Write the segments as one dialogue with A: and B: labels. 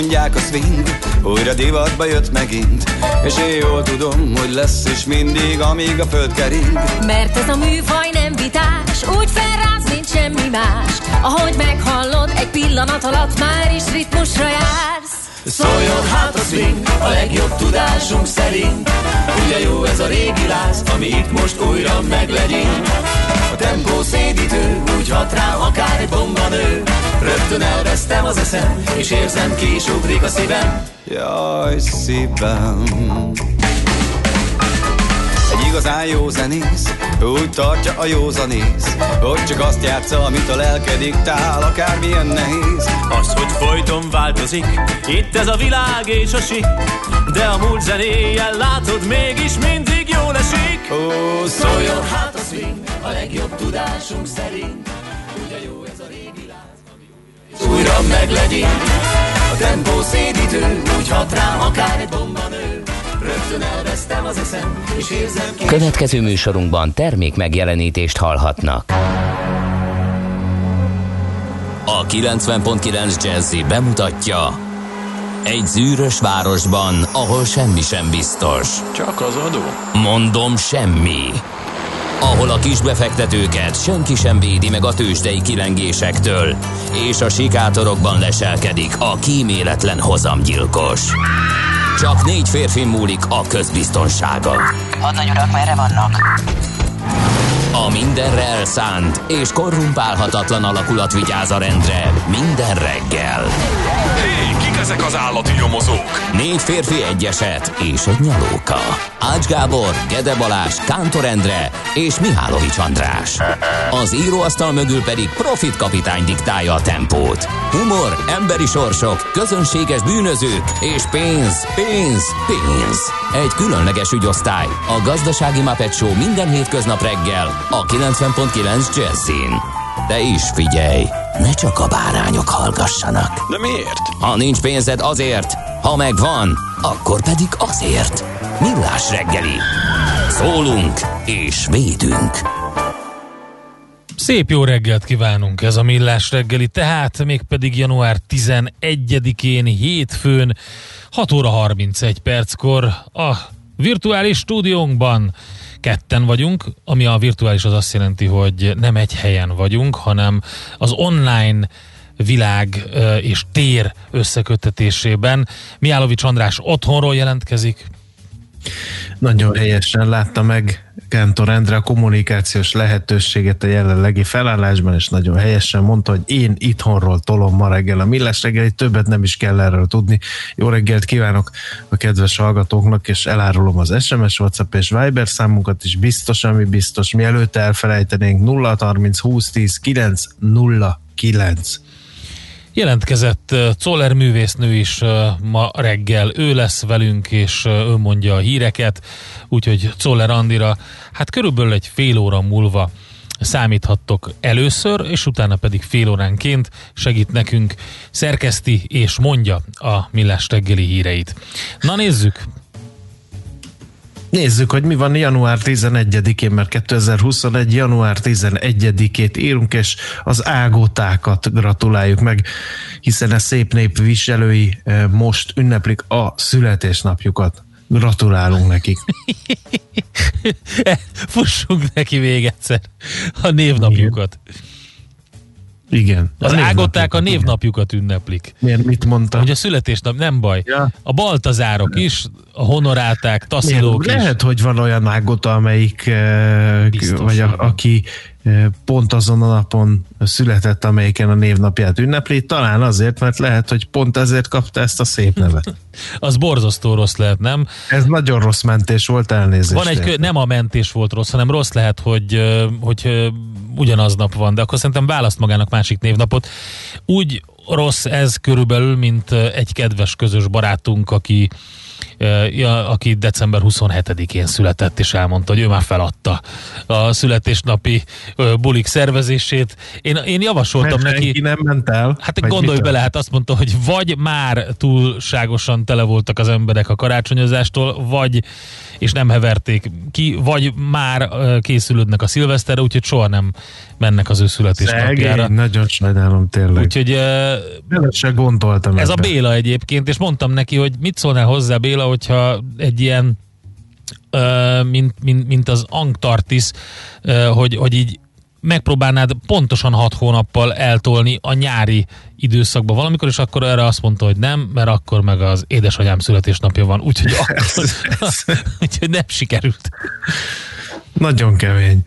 A: mondják a swing újra divatba jött megint, és én jól tudom, hogy lesz is mindig, amíg a föld kering.
B: Mert ez a műfaj nem vitás, úgy felráz, mint semmi más. Ahogy meghallod, egy pillanat alatt már is ritmusra jársz.
C: Szóljon hát a swing, a legjobb tudásunk szerint. Ugye jó ez a régi láz, ami itt most újra meglegyint. A tempó szédítő, úgy hat rám akár egy bombanő. Rögtön elvesztem az eszem, és érzem, ki is ugrik a szívem.
A: Jaj, szívem. Egy igazán jó zenész úgy tartja a józanész, hogy csak azt játsza, amit a lelke diktál, akármilyen nehéz.
C: Az, hogy folyton változik, itt ez a világ és a sik, de a múlt zenéjel látod, mégis mindig jól esik. Szóljon hát a swing, a legjobb tudásunk szerint. Ugye jó ez a régi láz, újra meglegyint. A tempó szédítő, úgy hat rám akár egy bombanő. Rögtön elvesztem az eszem, és érzem ki.
D: Következő műsorunkban termék megjelenítést hallhatnak. A 90.9 Jazzy bemutatja: egy zűrös városban, ahol semmi sem biztos.
E: Csak az adó?
D: Mondom, semmi. Ahol a kisbefektetőket senki sem védi meg a tőzsdei kilengésektől, és a sikátorokban leselkedik a kíméletlen hozamgyilkos. Csak 4 férfi múlik a közbiztonsága.
F: Hadnagy urak, merre vannak?
D: A mindenre elszánt és korrumpálhatatlan alakulat vigyáz a rendre minden reggel.
E: Hé, kik ezek az állati nyomozók?
D: 4 férfi, egy eset és egy nyalóka. Ács Gábor, Gede Balázs, Kántor Endre és Mihálovics András. Az íróasztal mögül pedig Profit kapitány diktálja a tempót. Humor, emberi sorsok, közönséges bűnözők és pénz, pénz, pénz. Egy különleges ügyosztály, a Gazdasági Muppet Show minden hétköznap reggel a 90.9 Jazzin. De is figyelj, ne csak a bárányok hallgassanak.
E: De miért?
D: Ha nincs pénzed, azért, ha megvan, akkor pedig azért. Millás reggeli. Szólunk és védünk.
G: Szép jó reggelt kívánunk, ez a Millás reggeli, tehát mégpedig január 11-én hétfőn 6 óra 31 perckor a virtuális stúdiónkban ketten vagyunk, ami a virtuális az azt jelenti, hogy nem egy helyen vagyunk, hanem az online világ és tér összeköttetésében. Mihálovics András otthonról jelentkezik.
H: Nagyon helyesen látta meg Kántor Endre a kommunikációs lehetőséget a jelenlegi felállásban, és nagyon helyesen mondta, hogy én itthonról tolom ma reggel a Millás reggelit, többet nem is kell erről tudni. Jó reggelt kívánok a kedves hallgatóknak, és elárulom az SMS, WhatsApp és Viber számunkat is, biztos, ami biztos. Mielőtt elfelejtenénk, 030 20 10 909.
G: Jelentkezett Czoller művésznő is ma reggel, ő lesz velünk, és ő mondja a híreket, úgyhogy Czoller Andira, hát körülbelül egy fél óra múlva számíthattok először, és utána pedig fél óránként segít nekünk, szerkeszti és mondja a Millás reggeli híreit. Na nézzük!
H: Nézzük, hogy mi van január 11-én, mert 2021. január 11-ét írunk, és az ágótákat gratuláljuk meg, hiszen a szép nép viselői most ünneplik a születésnapjukat. Gratulálunk nekik.
G: Fussunk neki még egyszer a névnapjukat.
H: Igen.
G: Az ágották a névnapjukat ünneplik.
H: Miért? Mit mondtam?
G: Hogy a születésnap, nem baj. Ja. A baltazárok is, a honoráták, taszilók is.
H: Lehet, hogy van olyan ágota, amelyik vagy aki pont azon a napon született, amelyiken a névnapját ünnepli, talán azért, mert lehet, hogy pont ezért kapta ezt a szép nevet.
G: Az borzasztó rossz lehet, nem?
H: Ez nagyon rossz mentés volt, elnézést.
G: Van egy nem a mentés volt rossz, hanem rossz lehet, hogy ugyanaznap van, de akkor szerintem választ magának másik névnapot. Úgy rossz ez körülbelül, mint egy kedves közös barátunk, aki aki december 27-én született, és elmondta, hogy ő már feladta a születésnapi bulik szervezését. Én javasoltam neki...
H: Senki nem ment el?
G: Hát gondolj bele, hát azt mondta, hogy vagy már túlságosan tele voltak az emberek a karácsonyozástól, vagy és nem heverték ki, vagy már készülődnek a szilveszterre, úgyhogy soha nem mennek az ő születésnapjára.
H: Szegény, nagyon sajnálom tényleg.
G: Úgyhogy
H: bele se gondoltam
G: ez
H: ebbe.
G: a Béla egyébként, és mondtam neki, hogy mit szólnál hozzá, Béla, hogyha egy ilyen mint az Antarktisz, hogy így megpróbálnád pontosan 6 hónappal eltolni a nyári időszakban valamikor, és akkor erre azt mondta, hogy nem, mert akkor meg az édesanyám születésnapja van, úgyhogy úgyhogy nem sikerült.
H: Nagyon kemény.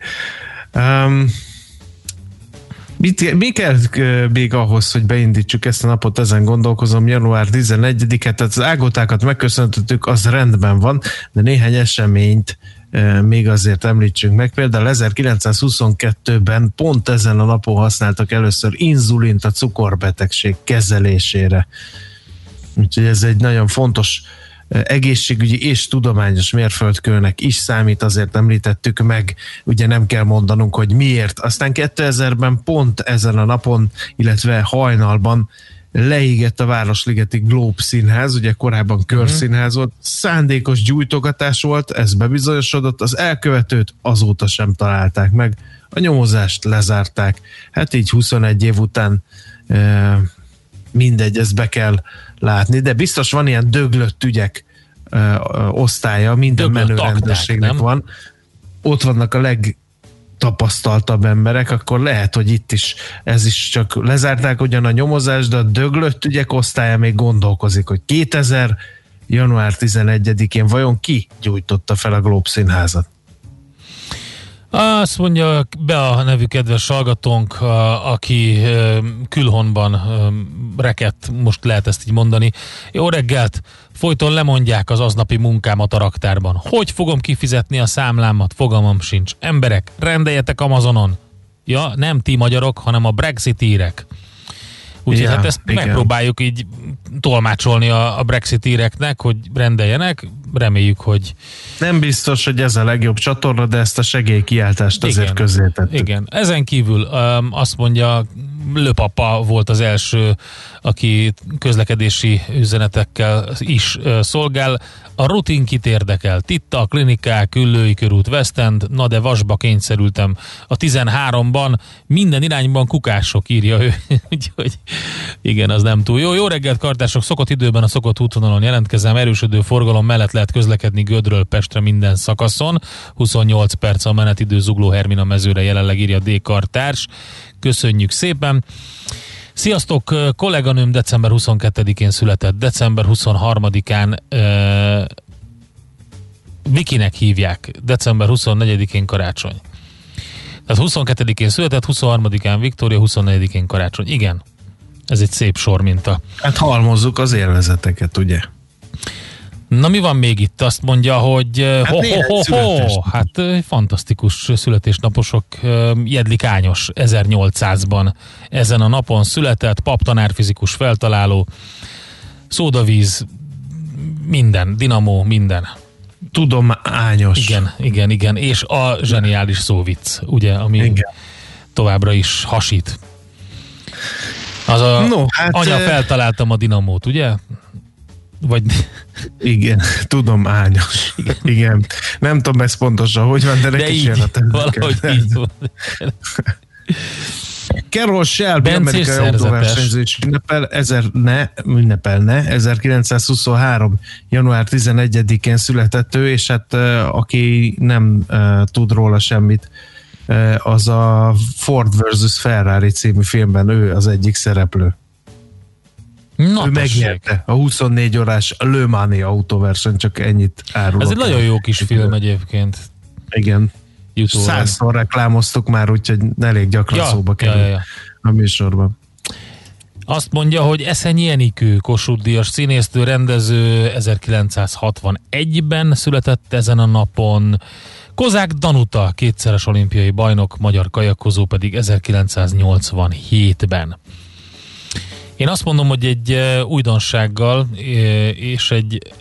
H: Mi kell még ahhoz, hogy beindítsuk ezt a napot, ezen gondolkozom, január 11-et, tehát az ágótákat megköszöntöttük, az rendben van, de néhány eseményt még azért említsünk meg. Például 1922-ben pont ezen a napon használtak először inzulint a cukorbetegség kezelésére. Úgyhogy ez egy nagyon fontos egészségügyi és tudományos mérföldkőnek is számít, azért említettük meg, ugye nem kell mondanunk, hogy miért. Aztán 2000-ben pont ezen a napon, illetve hajnalban leégett a Városligeti Globe Színház, ugye korábban Körszínház volt, szándékos gyújtogatás volt, ez bebizonyosodott, az elkövetőt azóta sem találták meg, a nyomozást lezárták, hát így 21 év után mindegy, ezt be kell látni, de biztos van ilyen döglött ügyek osztálya, minden menő rendőrségnek van, ott vannak a legtapasztaltabb emberek, akkor lehet, hogy itt is ez is csak lezárták ugyan a nyomozást, de a döglött ügyek osztálya még gondolkozik, hogy 2000. január 11-én vajon ki gyújtotta fel a Globe Színházat?
G: Azt mondja be a nevű kedves hallgatónk, aki külhonban rekedt, most lehet ezt így mondani. Jó reggelt! Folyton lemondják az aznapi munkámat a raktárban. Hogy fogom kifizetni a számlámat? Fogalmam sincs. Emberek, rendeljetek Amazonon. Ja, nem ti magyarok, hanem a Brexit-írek. Úgyhogy hát ezt igen, megpróbáljuk így tolmácsolni a Brexit-íreknek, hogy rendeljenek. Reméljük, hogy...
H: Nem biztos, hogy ez a legjobb csatorna, de ezt a segélykiáltást azért közzétettük.
G: Igen. Ezen kívül azt mondja, Löpapa volt az első, aki közlekedési üzenetekkel is szolgál. A rutin kit érdekel? Titta, a klinikák, Üllői körút, West End, na de vasba kényszerültem. A 13-ban minden irányban kukások, írja ő. Úgyhogy igen, az nem túl jó. Jó reggelt, kartások! Szokott időben a szokott útvonalon jelentkezem. Erősödő forgalom mellett lehet közlekedni Gödről Pestre minden szakaszon. 28 perc a menetidő Zugló Hermina mezőre, jelenleg írja D. kartárs. Köszönjük szépen! Sziasztok! Kolléganőm december 22-én született, december 23-án Vikinek hívják, december 24-én karácsony. Tehát 22-én született, 23-án Viktória, 24-én karácsony. Igen, ez egy szép sorminta.
H: Hát halmozzuk az élvezeteket, ugye?
G: Na mi van még itt? Azt mondja, hogy hát fantasztikus születésnaposok. Jedlik Ányos 1800-ban ezen a napon született, paptanárfizikus feltaláló, szódavíz, minden, dinamó, minden.
H: Tudományos.
G: Igen, és a zseniális szóvic, ugye, ami igen, továbbra is hasít. Az a anya, feltaláltam a dinamót, ugye? Vagy...
H: Igen, tudományos. Igen. Nem tudom ez pontosan, hogy van, de neki is jön a
G: valahogy így van.
H: Carroll Shelby, amerikai autóversenyző is ünnepelne. 1923. január 11-én született ő, és hát aki nem tud róla semmit, az a Ford vs. Ferrari című filmben ő az egyik szereplő.
G: Na,
H: ő megnyerte a 24 órás Le Mans-i autóverseny, csak ennyit árulok.
G: Ez egy nagyon jó kis film egyébként.
H: Igen. 100-szor reklámoztuk már, úgyhogy elég gyakran szóba kerül a műsorban.
G: Azt mondja, hogy Eszenyi Enikő, Kossuth-díjas színésznő, rendező, 1961-ben született ezen a napon. Kozák Danuta, kétszeres olimpiai bajnok, magyar kajakozó pedig 1987-ben. Én azt mondom, hogy egy újdonsággal és egy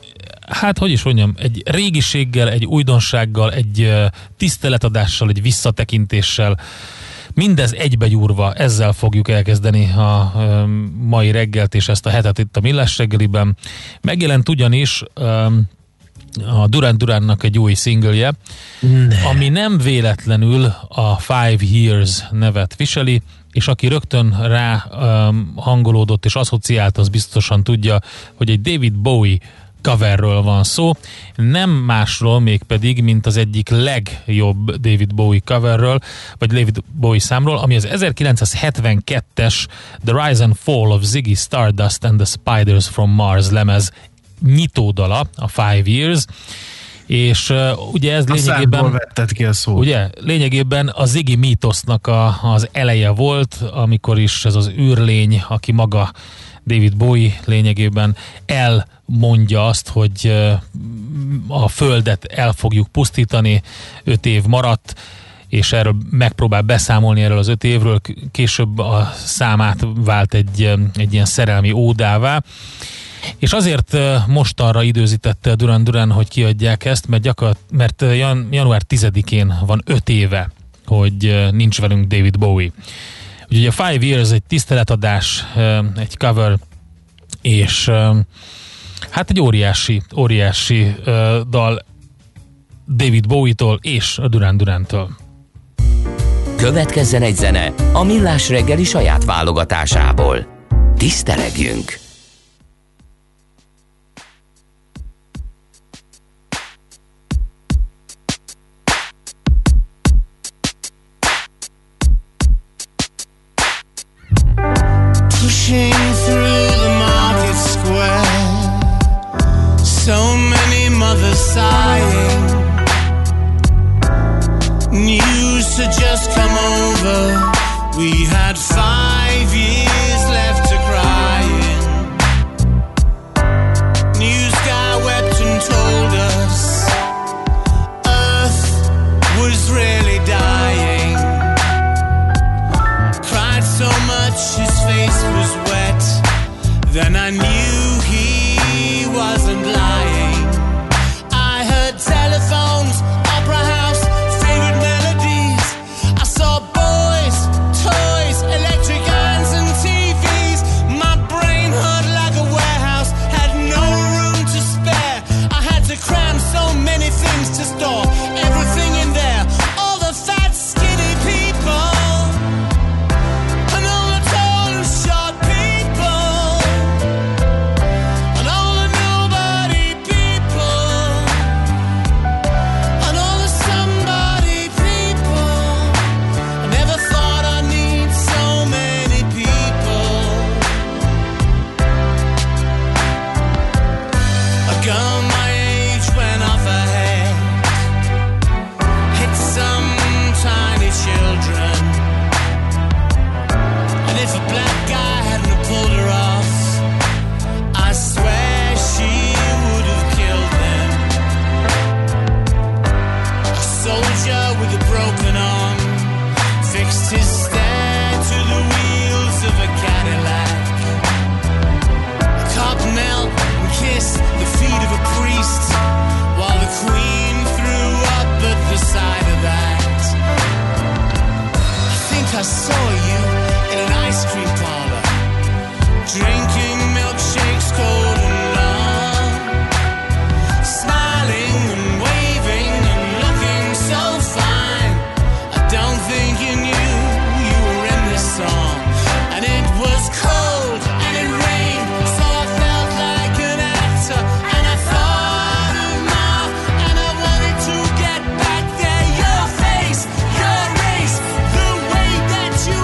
G: hát hogy is mondjam, egy régiséggel, egy újdonsággal, egy tiszteletadással, egy visszatekintéssel, mindez egybegyúrva, ezzel fogjuk elkezdeni a mai reggelt és ezt a hetet itt a Millás reggeliben. Megjelent ugyanis a Duran Durannak egy új szingleje, ami nem véletlenül a 5 Years nevet viseli, és aki rögtön rá hangolódott és asszociált, az biztosan tudja, hogy egy David Bowie coverről van szó, nem másról mégpedig, mint az egyik legjobb David Bowie coverről, vagy David Bowie számról, ami az 1972-es The Rise and Fall of Ziggy Stardust and the Spiders from Mars lemez nyitódala, a 5 Years, és ugye ez lényegében
H: vetted ki a szót.
G: Ugye, lényegében a Ziggy mítosznak az eleje volt, amikor is ez az űrlény, aki maga David Bowie lényegében elmondja azt, hogy a Földet el fogjuk pusztítani, 5 év maradt, és erről megpróbál beszámolni erről az 5 évről, később a számát vált egy ilyen szerelmi ódává, és azért mostanra időzítette a Duran Duran, hogy kiadják ezt, mert január 10-én van 5 éve, hogy nincs velünk David Bowie. Úgyhogy a 5 Years egy tiszteletadás, egy cover, és hát egy óriási dal David Bowie-tól és a Duran Durantől.
D: Következzen egy zene a Millás reggeli saját válogatásából. Tisztelegjünk!
I: Pushing through the market square, so many mothers sighing. News had just come over, we had 5 years left to crying. News guy wept and told us Earth was really dying. Cried so much his face was wet, then I knew he wasn't lying. I heard telephones, opera house, favorite melodies. I saw boys, toys, electric irons and TVs. My brain hurt like a warehouse, had no room to spare. I had to cram so many things to store, everything in there, all the fat skinny people. I saw you in an ice cream parlor, drinking milkshakes cold and long, smiling and waving and looking so fine. I don't think you knew you were in this song. And it was cold and it rained, so I felt like an actor. And I thought of Ma, and I wanted to get back there. Your face, your race, the way that you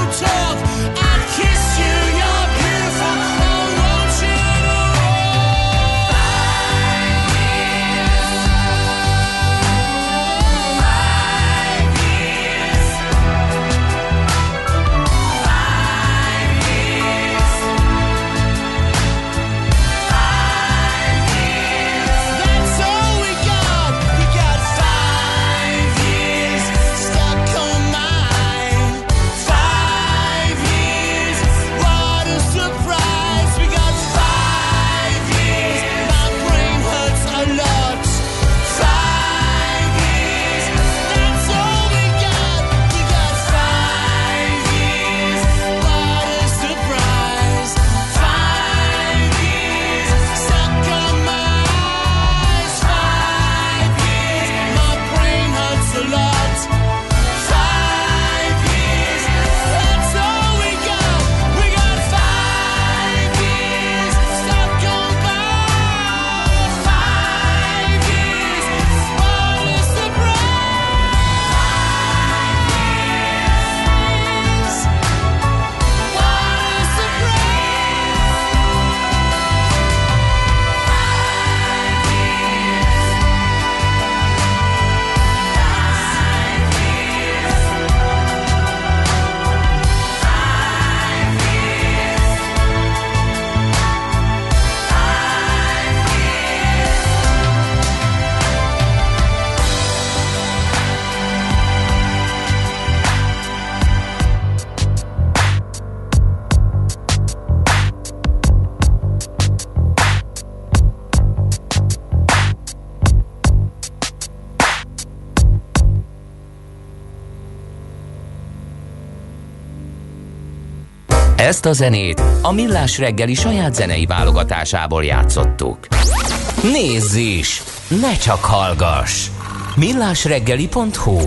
D: Ezt a zenét a Millás reggeli saját zenei válogatásából játszottuk. Nézz is! Ne csak hallgass! millásreggeli.hu.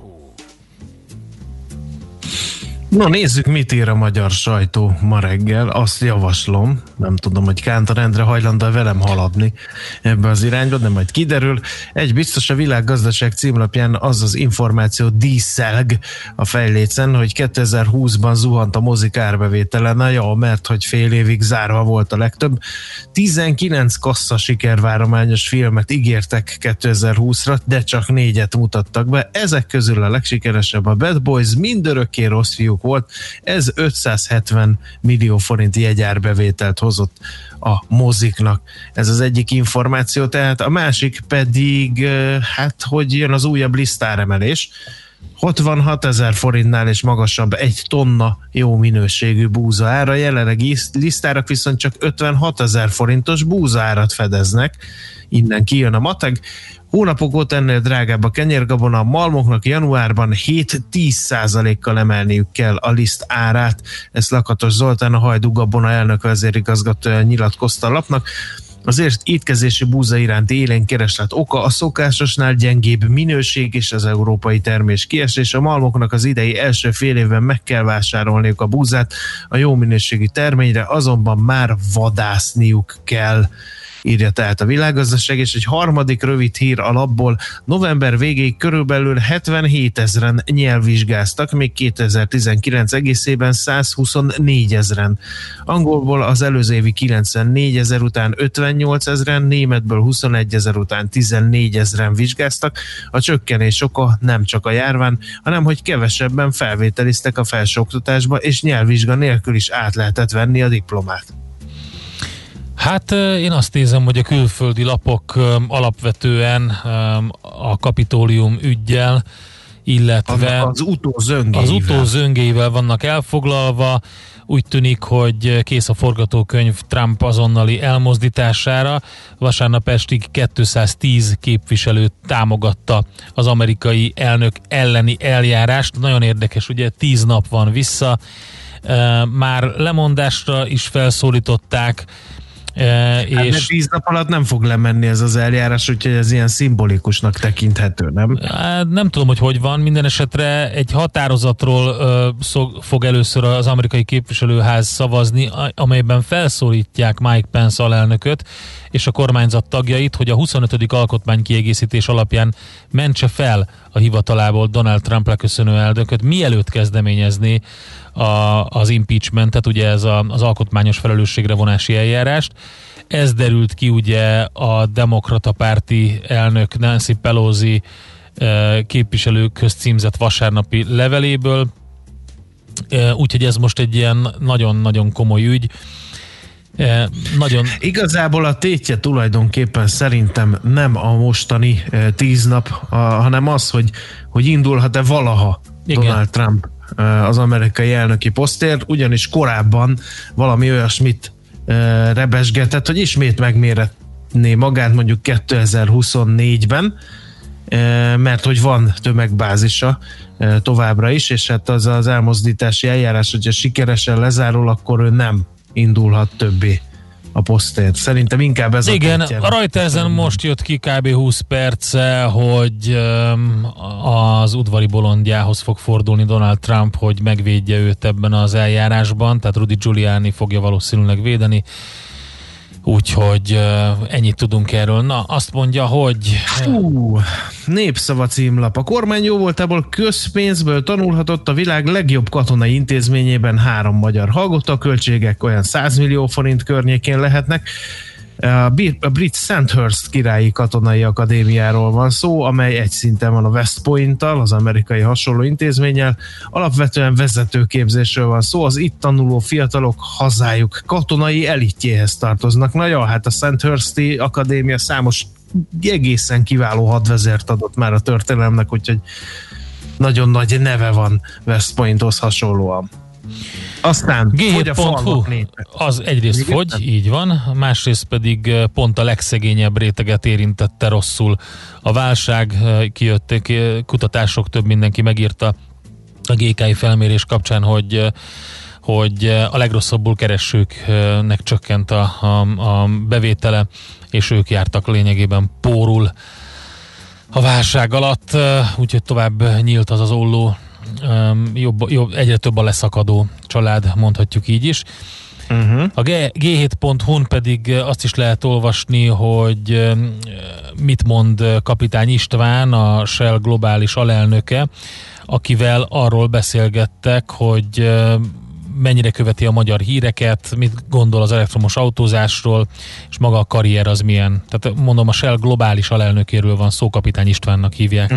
H: No, nézzük, mit ír a magyar sajtó ma reggel. Azt javaslom, nem tudom, hogy Kántor Endre hajlandó velem haladni ebbe az irányba, de majd kiderül. Egy biztos, a Világgazdaság címlapján az az információ díszelg a fejlécen, hogy 2020-ban zuhant a mozik árbevétele. Na jó, mert hogy fél évig zárva volt a legtöbb. 19 kassza sikervárományos filmet ígértek 2020-ra, de csak 4-et mutattak be. Ezek közül a legsikeresebb a Bad Boys, Mindörökké rossz fiúk volt. Ez 570 millió forint jegyárbevételt hozott a moziknak. Ez az egyik információ, tehát a másik pedig, hát, hogy jön az újabb lisztáremelés. 66 000 forintnál és magasabb 1 tonna jó minőségű búza ára, jelenlegi lisztárak viszont csak 56 000 forintos búza árat fedeznek. Innen kijön a mateg. Hónapok óta ennél drágább a kenyérgabona, a malmoknak januárban 7-10%-kal emelniük kell a liszt árát. Ezt Lakatos Zoltán, a Hajdú Gabona elnök vezérigazgatója nyilatkozta a lapnak. Az étkezési búza iránti élénk kereslet oka a szokásosnál gyengébb minőség és az európai termés kiesés. A malmoknak az idei első fél évben meg kell vásárolniuk a búzát, a jó minőségi terményre azonban már vadászniuk kell, írja tehát a Világgazdaság. És egy harmadik rövid hír a lapból: november végéig körülbelül 77 000-en nyelvvizsgáztak, még 2019 egészében 124 000-en. Angolból az előző évi 94 000 után 58 000-en, németből 21 000 után 14 000-en vizsgáztak. A csökkenés oka nem csak a járvány, hanem hogy kevesebben felvételiztek a felsőoktatásba, és nyelvvizsga nélkül is át lehetett venni a diplomát.
G: Hát én azt nézem, hogy a külföldi lapok alapvetően a Kapitólium üggyel, illetve az utózöngéivel vannak elfoglalva. Úgy tűnik, hogy kész a forgatókönyv Trump azonnali elmozdítására. Vasárnap estig 210 képviselő támogatta az amerikai elnök elleni eljárást. Nagyon érdekes, ugye 10 nap van vissza. Már lemondásra is felszólították,
H: és 10 nap alatt nem fog lemenni ez az eljárás, úgyhogy ez ilyen szimbolikusnak tekinthető, nem?
G: Nem tudom, hogy van. Minden esetre egy határozatról fog először az amerikai képviselőház szavazni, amelyben felszólítják Mike Pence alelnököt és a kormányzat tagjait, hogy a 25. alkotmánykiegészítés alapján mentse fel a hivatalából Donald Trump leköszönő elnököt, mielőtt kezdeményezni az impeachmentet, ugye ez az alkotmányos felelősségre vonási eljárást. Ez derült ki ugye a demokrata párti elnök Nancy Pelosi képviselőkhöz címzett vasárnapi leveléből. Úgyhogy ez most egy ilyen nagyon-nagyon komoly ügy.
H: Igazából a tétje tulajdonképpen szerintem nem a mostani 10 nap, hanem az, hogy indulhat-e valaha Donald Trump az amerikai elnöki posztért, ugyanis korábban valami olyasmit rebesgetett, hogy ismét megméretné magát mondjuk 2024-ben, mert hogy van tömegbázisa továbbra is, és hát az elmozdítási eljárás, hogyha sikeresen lezárul, akkor ő nem indulhat többé a posztért. Szerintem inkább ez
G: igen, a Reutersen most jött ki kb. 20 perce, hogy az udvari bolondjához fog fordulni Donald Trump, hogy megvédje őt ebben az eljárásban, tehát Rudy Giuliani fogja valószínűleg védeni. Úgyhogy ennyit tudunk erről. Na, azt mondja, hogy...
H: Népszava címlap. A kormány jóvoltából közpénzből tanulhatott a világ legjobb katonai intézményében 3 magyar hallgató. A költségek olyan 100 millió forint környékén lehetnek. A brit Sandhurst királyi katonai akadémiáról van szó, amely egy szinten van a West Point-tal, az amerikai hasonló intézménnyel. Alapvetően vezetőképzésről van szó, az itt tanuló fiatalok hazájuk katonai elitjéhez tartoznak. Na jó, hát a Sandhursti akadémia számos egészen kiváló hadvezért adott már a történelemnek, úgyhogy nagyon nagy neve van West Pointhoz hasonlóan. Aztán
G: G7.hu az egyrészt fogy, így van, másrészt pedig pont a legszegényebb réteget érintette rosszul a válság, kijöttek kutatások, több mindenki megírta a GKI felmérés kapcsán, hogy hogy a legrosszabbul keresőknek csökkent a bevétele, és ők jártak lényegében pórul a válság alatt, úgyhogy tovább nyílt az olló, egyre több a leszakadó család, mondhatjuk így is. A G7.hu-n pedig azt is lehet olvasni, hogy mit mond kapitány István, a Shell globális alelnöke, akivel arról beszélgettek, hogy mennyire követi a magyar híreket, mit gondol az elektromos autózásról, és maga a karrier az milyen. Tehát mondom, a Shell globális alelnökéről van szó, kapitány Istvánnak hívják.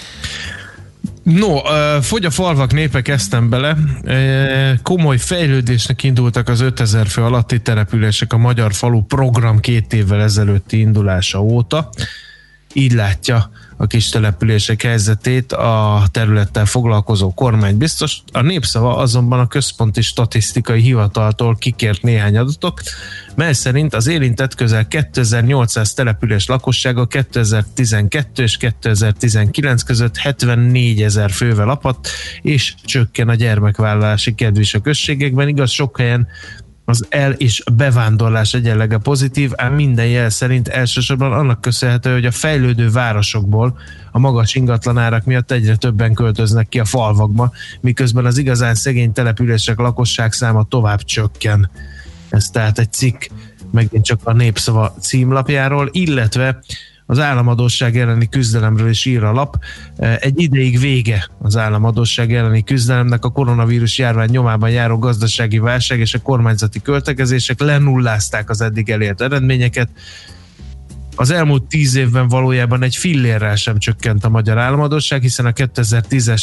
H: No, fogy a falvak népe, kezdtem bele. Komoly fejlődésnek indultak az 5000 fő alatti települések a Magyar Falu program 2 évvel ezelőtti indulása óta. Így látja a kis települések helyzetét a területtel foglalkozó kormánybiztos. A Népszava azonban a Központi Statisztikai Hivataltól kikért néhány adatok, mely szerint az érintett közel 2800 település lakossága 2012 és 2019 között 74 000 fővel apadt, és csökken a gyermekvállalási kedv is a községekben. Igaz, sok helyen az el- és bevándorlás egyenlege pozitív, ám minden jel szerint elsősorban annak köszönhető, hogy a fejlődő városokból a magas ingatlanárak miatt egyre többen költöznek ki a falvakba, miközben az igazán szegény települések lakosság száma tovább csökken. Ez tehát egy cikk megint csak a Népszava címlapjáról, illetve az államadósság elleni küzdelemről is ír a lap. Egy ideig vége az államadósság elleni küzdelemnek, a koronavírus járvány nyomában járó gazdasági válság és a kormányzati költekezések lenullázták az eddig elért eredményeket. Az elmúlt 10 évben valójában egy fillérrel sem csökkent a magyar államadósság, hiszen a 2010-es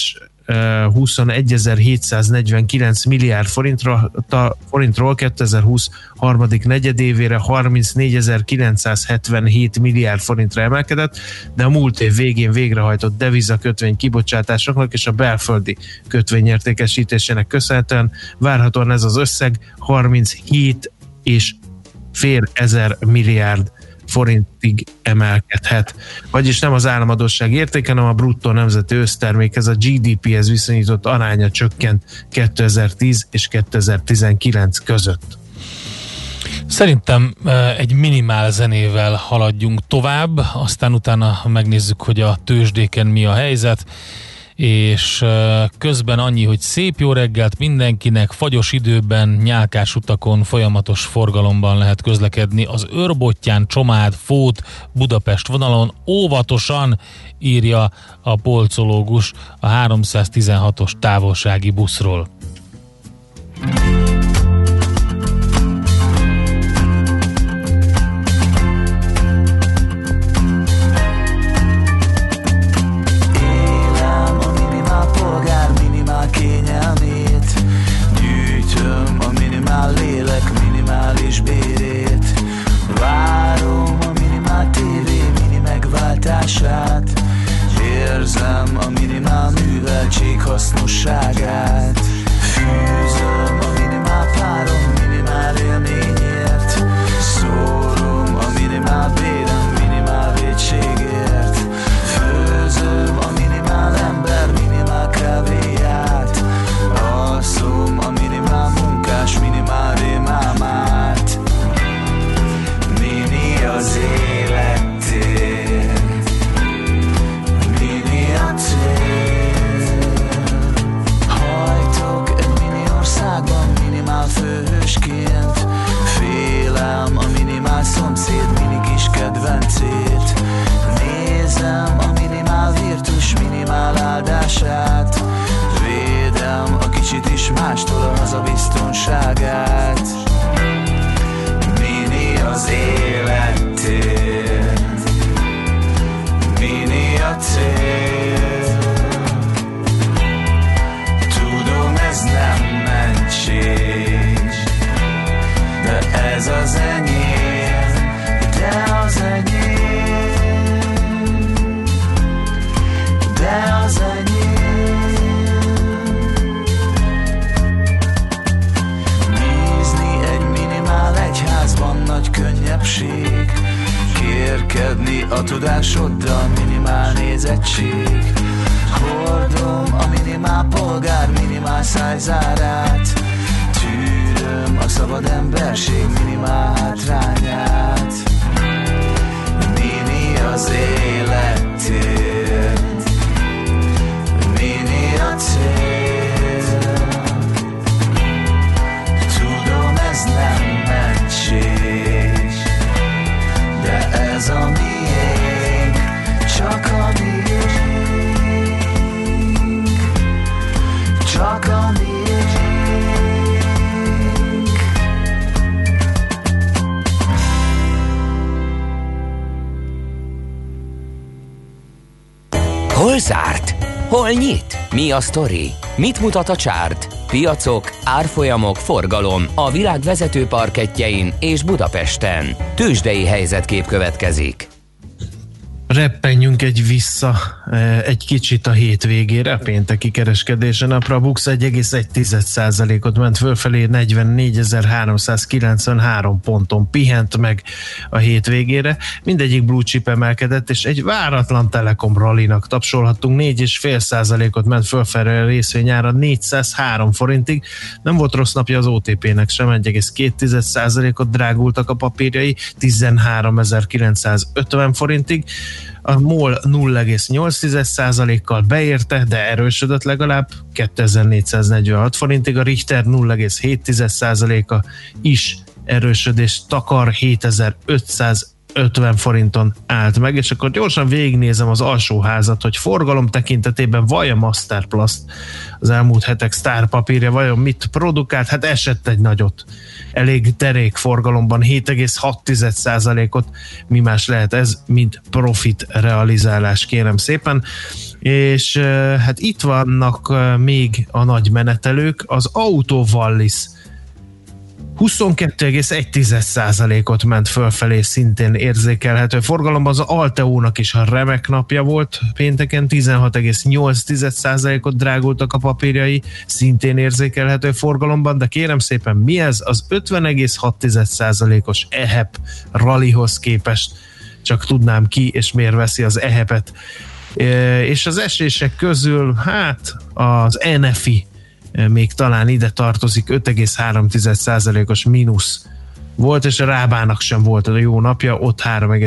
H: 21.749 milliárd forintról 2020 harmadik negyedévére 34.977 milliárd forintra emelkedett, de a múlt év végén végrehajtott devizakötvény kibocsátásoknak és a belföldi kötvényértékesítésének köszönhetően várhatóan ez az összeg 37,5 milliárd forintig emelkedhet. Vagyis nem az államadósság értéke, hanem a bruttó nemzeti össztermékhez, a GDP-hez viszonyított aránya csökkent 2010 és 2019 között.
G: Szerintem egy minimál zenével haladjunk tovább, aztán utána megnézzük, hogy a tőzsdéken mi a helyzet, és közben annyi, hogy szép jó reggelt mindenkinek, fagyos időben, nyálkás utakon, folyamatos forgalomban lehet közlekedni. Az Őrbottyán, Csomád, Fót, Budapest vonalon óvatosan, írja a polcológus a 316-os távolsági buszról.
I: Érzem a minimál műveltség hasznosságát. Fűzöm a minimál párom minimál élményért. Szórom a minimál bérem minimál vétségért. Főzöm a minimál ember minimál kávéját. Alszom a minimál munkás minimál rémálmát. Mini az élettér, mini a cél. Hajtok egy mini országban minimál főhősként. Félem a minimál szomszéd mini kis kedvencét. Nézem a minimál virtus minimál áldását. Védem a kicsit is mástól a haza biztonságát. Mini az élettér, mini a cél. Tudom, ez nem mentség, de ez az enyém, de az enyém, de az enyém. Nézni egy minimál egyházban nagy könnyebbség. Kérkedni a tudásoddal minimál nézettség. Hordom a minimál polgár minimál szájzárát.
J: szabad emberség minimál hátrányát. Mini az életért, mini a cél. Tudom, ez nem mentség, de ez a miénk, csak a miénk, csak a miénk.
K: Hol zárt? Hol nyit? Mi a sztori? Mit mutat a csárt? Piacok, árfolyamok, forgalom a világ vezető parkettjein és Budapesten. Tőzsdei helyzetkép következik.
H: Reppenjünk egy kicsit a hétvégére, a pénteki kereskedésen. A Bux 1,1%-ot ment fölfelé, 44.393 ponton pihent meg a hétvégére. Mindegyik blue chip emelkedett, és egy váratlan Telekom rallinak tapsolhattunk. 4,5%-ot ment fölfelé a részvényára 403 forintig. Nem volt rossz napja az OTP-nek sem, 1,2%-ot drágultak a papírjai, 13.950 forintig. A MOL 0,8%-kal beérte, de erősödött legalább 2446 forintig, a Richter 0,7%-a is erősödést takar, 7550 forinton állt meg, és akkor gyorsan végignézem az alsóházat, hogy forgalom tekintetében vajon Masterplast, az elmúlt hetek sztárpapírja vajon mit produkált, hát esett egy nagyot. Elég derék forgalomban, 7,6%-ot, mi más lehet ez, mint profit realizálás, kérem szépen. És hát itt vannak még a nagy menetelők, az Auto Wallis 22,1%-ot ment fölfelé, szintén érzékelhető forgalomban. Az Alteónak is a remek napja volt pénteken, 16,8%-ot drágultak a papírjai, szintén érzékelhető forgalomban, de kérem szépen, mi ez? Az 50,6%-os EHEP rallyhoz képest, csak tudnám ki és miért veszi az EHEP-et. És az esések közül, hát az NFI még talán ide tartozik, 5,3%-os mínusz volt, és a Rábának sem volt a jó napja, ott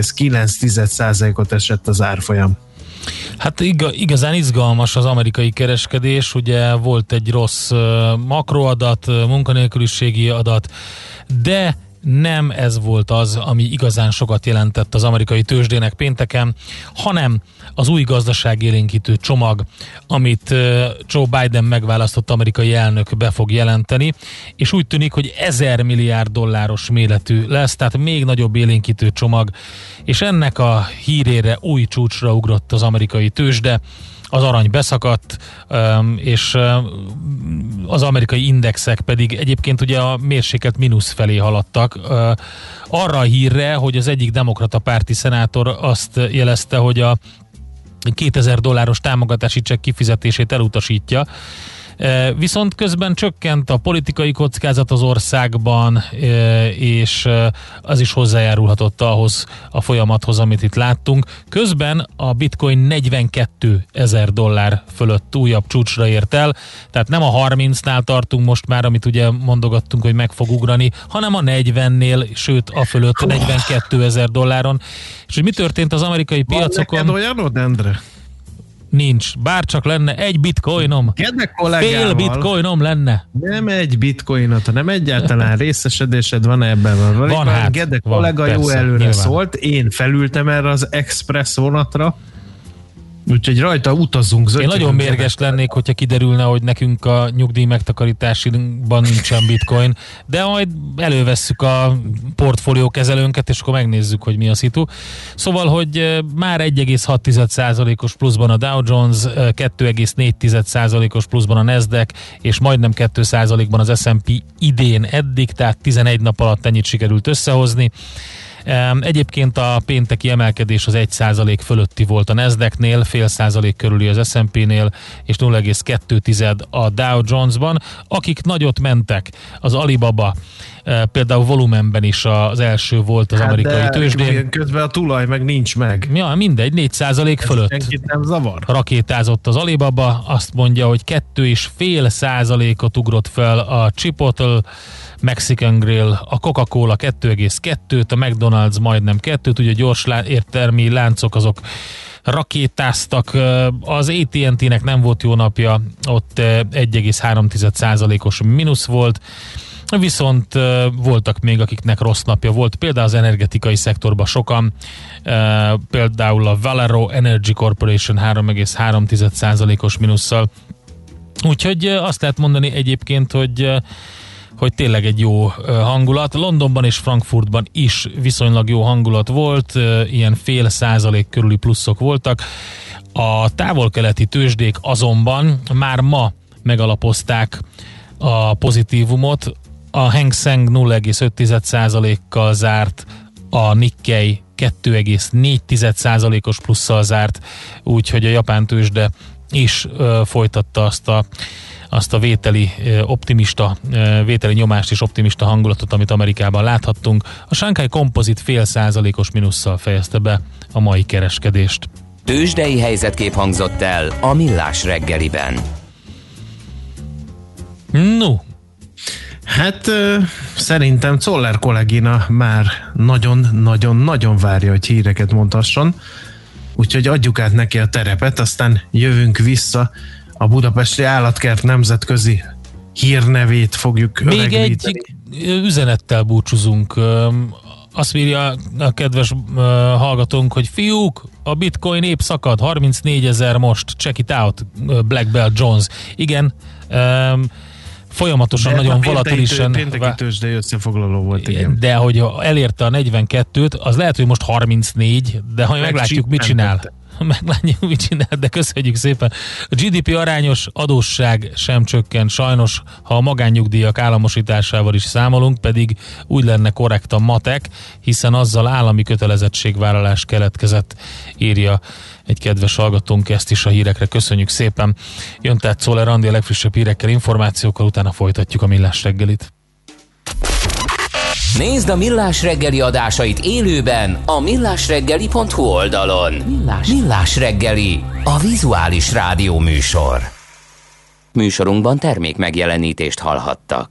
H: 3,9%-ot esett az árfolyam.
G: Hát igazán izgalmas az amerikai kereskedés, ugye volt egy rossz makroadat, munkanélküliségi adat, de nem ez volt az, ami igazán sokat jelentett az amerikai tőzsdének pénteken, hanem az új gazdaságélénkítő csomag, amit Joe Biden megválasztott amerikai elnök be fog jelenteni, és úgy tűnik, hogy 1000 milliárd dolláros méretű lesz, tehát még nagyobb élénkítő csomag, és ennek a hírére új csúcsra ugrott az amerikai tőzsde, az arany beszakadt, és az amerikai indexek pedig egyébként ugye a mérsékelt mínusz felé haladtak. Arra a hírre, hogy az egyik demokrata párti szenátor azt jelezte, hogy a $2000 támogatási csekk kifizetését elutasítja, viszont közben csökkent a politikai kockázat az országban, és az is hozzájárulhatott ahhoz a folyamathoz, amit itt láttunk. Közben a bitcoin $42,000 fölött újabb csúcsra ért el, tehát nem a 30-nál tartunk most már, amit ugye mondogattunk, hogy meg fog ugrani, hanem a 40-nél, sőt a fölött $42,000. És hogy mi történt az amerikai piacokon?
H: Van neked olyanod, Endre?
G: Nincs. Bárcsak lenne egy bitcoinom. Fél bitcoinom lenne.
H: Nem egy bitcoinot, hanem egyáltalán részesedésed van ebben.
G: Van hát.
H: Gede kollega
G: van,
H: jó
G: persze,
H: előre
G: nyilván
H: szólt. Én felültem erre az express vonatra, úgyhogy rajta utazunk.
G: Én nagyon mérges lennék, hogyha kiderülne, hogy nekünk a nyugdíj megtakarításiban nincsen bitcoin, de majd elővesszük a portfólió kezelőnket, és akkor megnézzük, hogy mi a szitu. Szóval, hogy már 1,6%-os pluszban a Dow Jones, 2,4%-os pluszban a Nasdaq, és majdnem 2%-ban az S&P idén eddig, tehát 11 nap alatt ennyit sikerült összehozni. Egyébként a pénteki emelkedés az 1% fölötti volt a Nasdaqnél, 0,5% körüli az S&P-nél, és 0,2 a Dow Jonesban. Akik nagyot mentek, az Alibaba, például volumenben is az első volt az amerikai tőzsdén.
H: Közben a tulaj meg nincs meg.
G: Ja, mindegy, 4% fölött.
H: Senkit nem zavar.
G: Rakétázott az Alibaba, azt mondja, hogy 2,5%-ot ugrott fel a Chipotle, Mexican Grill, a Coca-Cola 2,2-t, a McDonald's majdnem 2-t, ugye gyors értelmi láncok azok rakétáztak, az AT&T-nek nem volt jó napja, ott 1,3%-os mínusz volt, viszont voltak még, akiknek rossz napja volt, például az energetikai szektorban sokan, például a Valero Energy Corporation 3,3%-os mínusszal. Úgyhogy azt lehet mondani egyébként, hogy tényleg egy jó hangulat. Londonban és Frankfurtban is viszonylag jó hangulat volt, ilyen 0,5% körüli pluszok voltak. A távol-keleti tőzsdék azonban már ma megalapozták a pozitívumot. A Hang Seng 0,5%-kal zárt, a Nikkei 2,4%-os plusszal zárt, úgyhogy a japán tőzsde is folytatta azt a vételi nyomást és optimista hangulatot, amit Amerikában láthattunk. A Shanghai Composite 0,5%-os mínusszal fejezte be a mai kereskedést.
K: Tőzsdei helyzetkép hangzott el a Millás reggeliben.
G: No.
H: Hát szerintem Czoller kollégina már nagyon-nagyon-nagyon várja, hogy híreket mondhasson, úgyhogy adjuk át neki a terepet, aztán jövünk vissza, a Budapesti Állatkert nemzetközi hírnevét fogjuk
G: öreglíteni. Még egy üzenettel búcsúzunk. Azt írja a kedves hallgatónk, hogy fiúk, a bitcoin épp szakad, 34 000 most, check it out, Black Belt Jones. Igen, folyamatosan de nagyon volatilisan.
H: Pénteki tőzsdei összefoglaló volt, igen.
G: De hogy elérte a 42-t, az lehet, hogy most 34, de ha meglátjuk, mit csinál. Meglátjuk, mit csinál, de köszönjük szépen. A GDP arányos adósság sem csökkent sajnos, ha a magánnyugdíjak államosításával is számolunk, pedig úgy lenne korrekt a matek, hiszen azzal állami kötelezettségvállalás keletkezett, írja egy kedves hallgatónk, ezt is a hírekre köszönjük szépen. Jön tehát Czoller Andi a legfrissebb hírekkel, információkkal, utána folytatjuk a Millás reggelit.
K: Nézd a Millás reggeli adásait élőben a millásreggeli.hu oldalon. Millás reggeli, a vizuális rádió műsor. Műsorunkban termék megjelenítést hallhattak.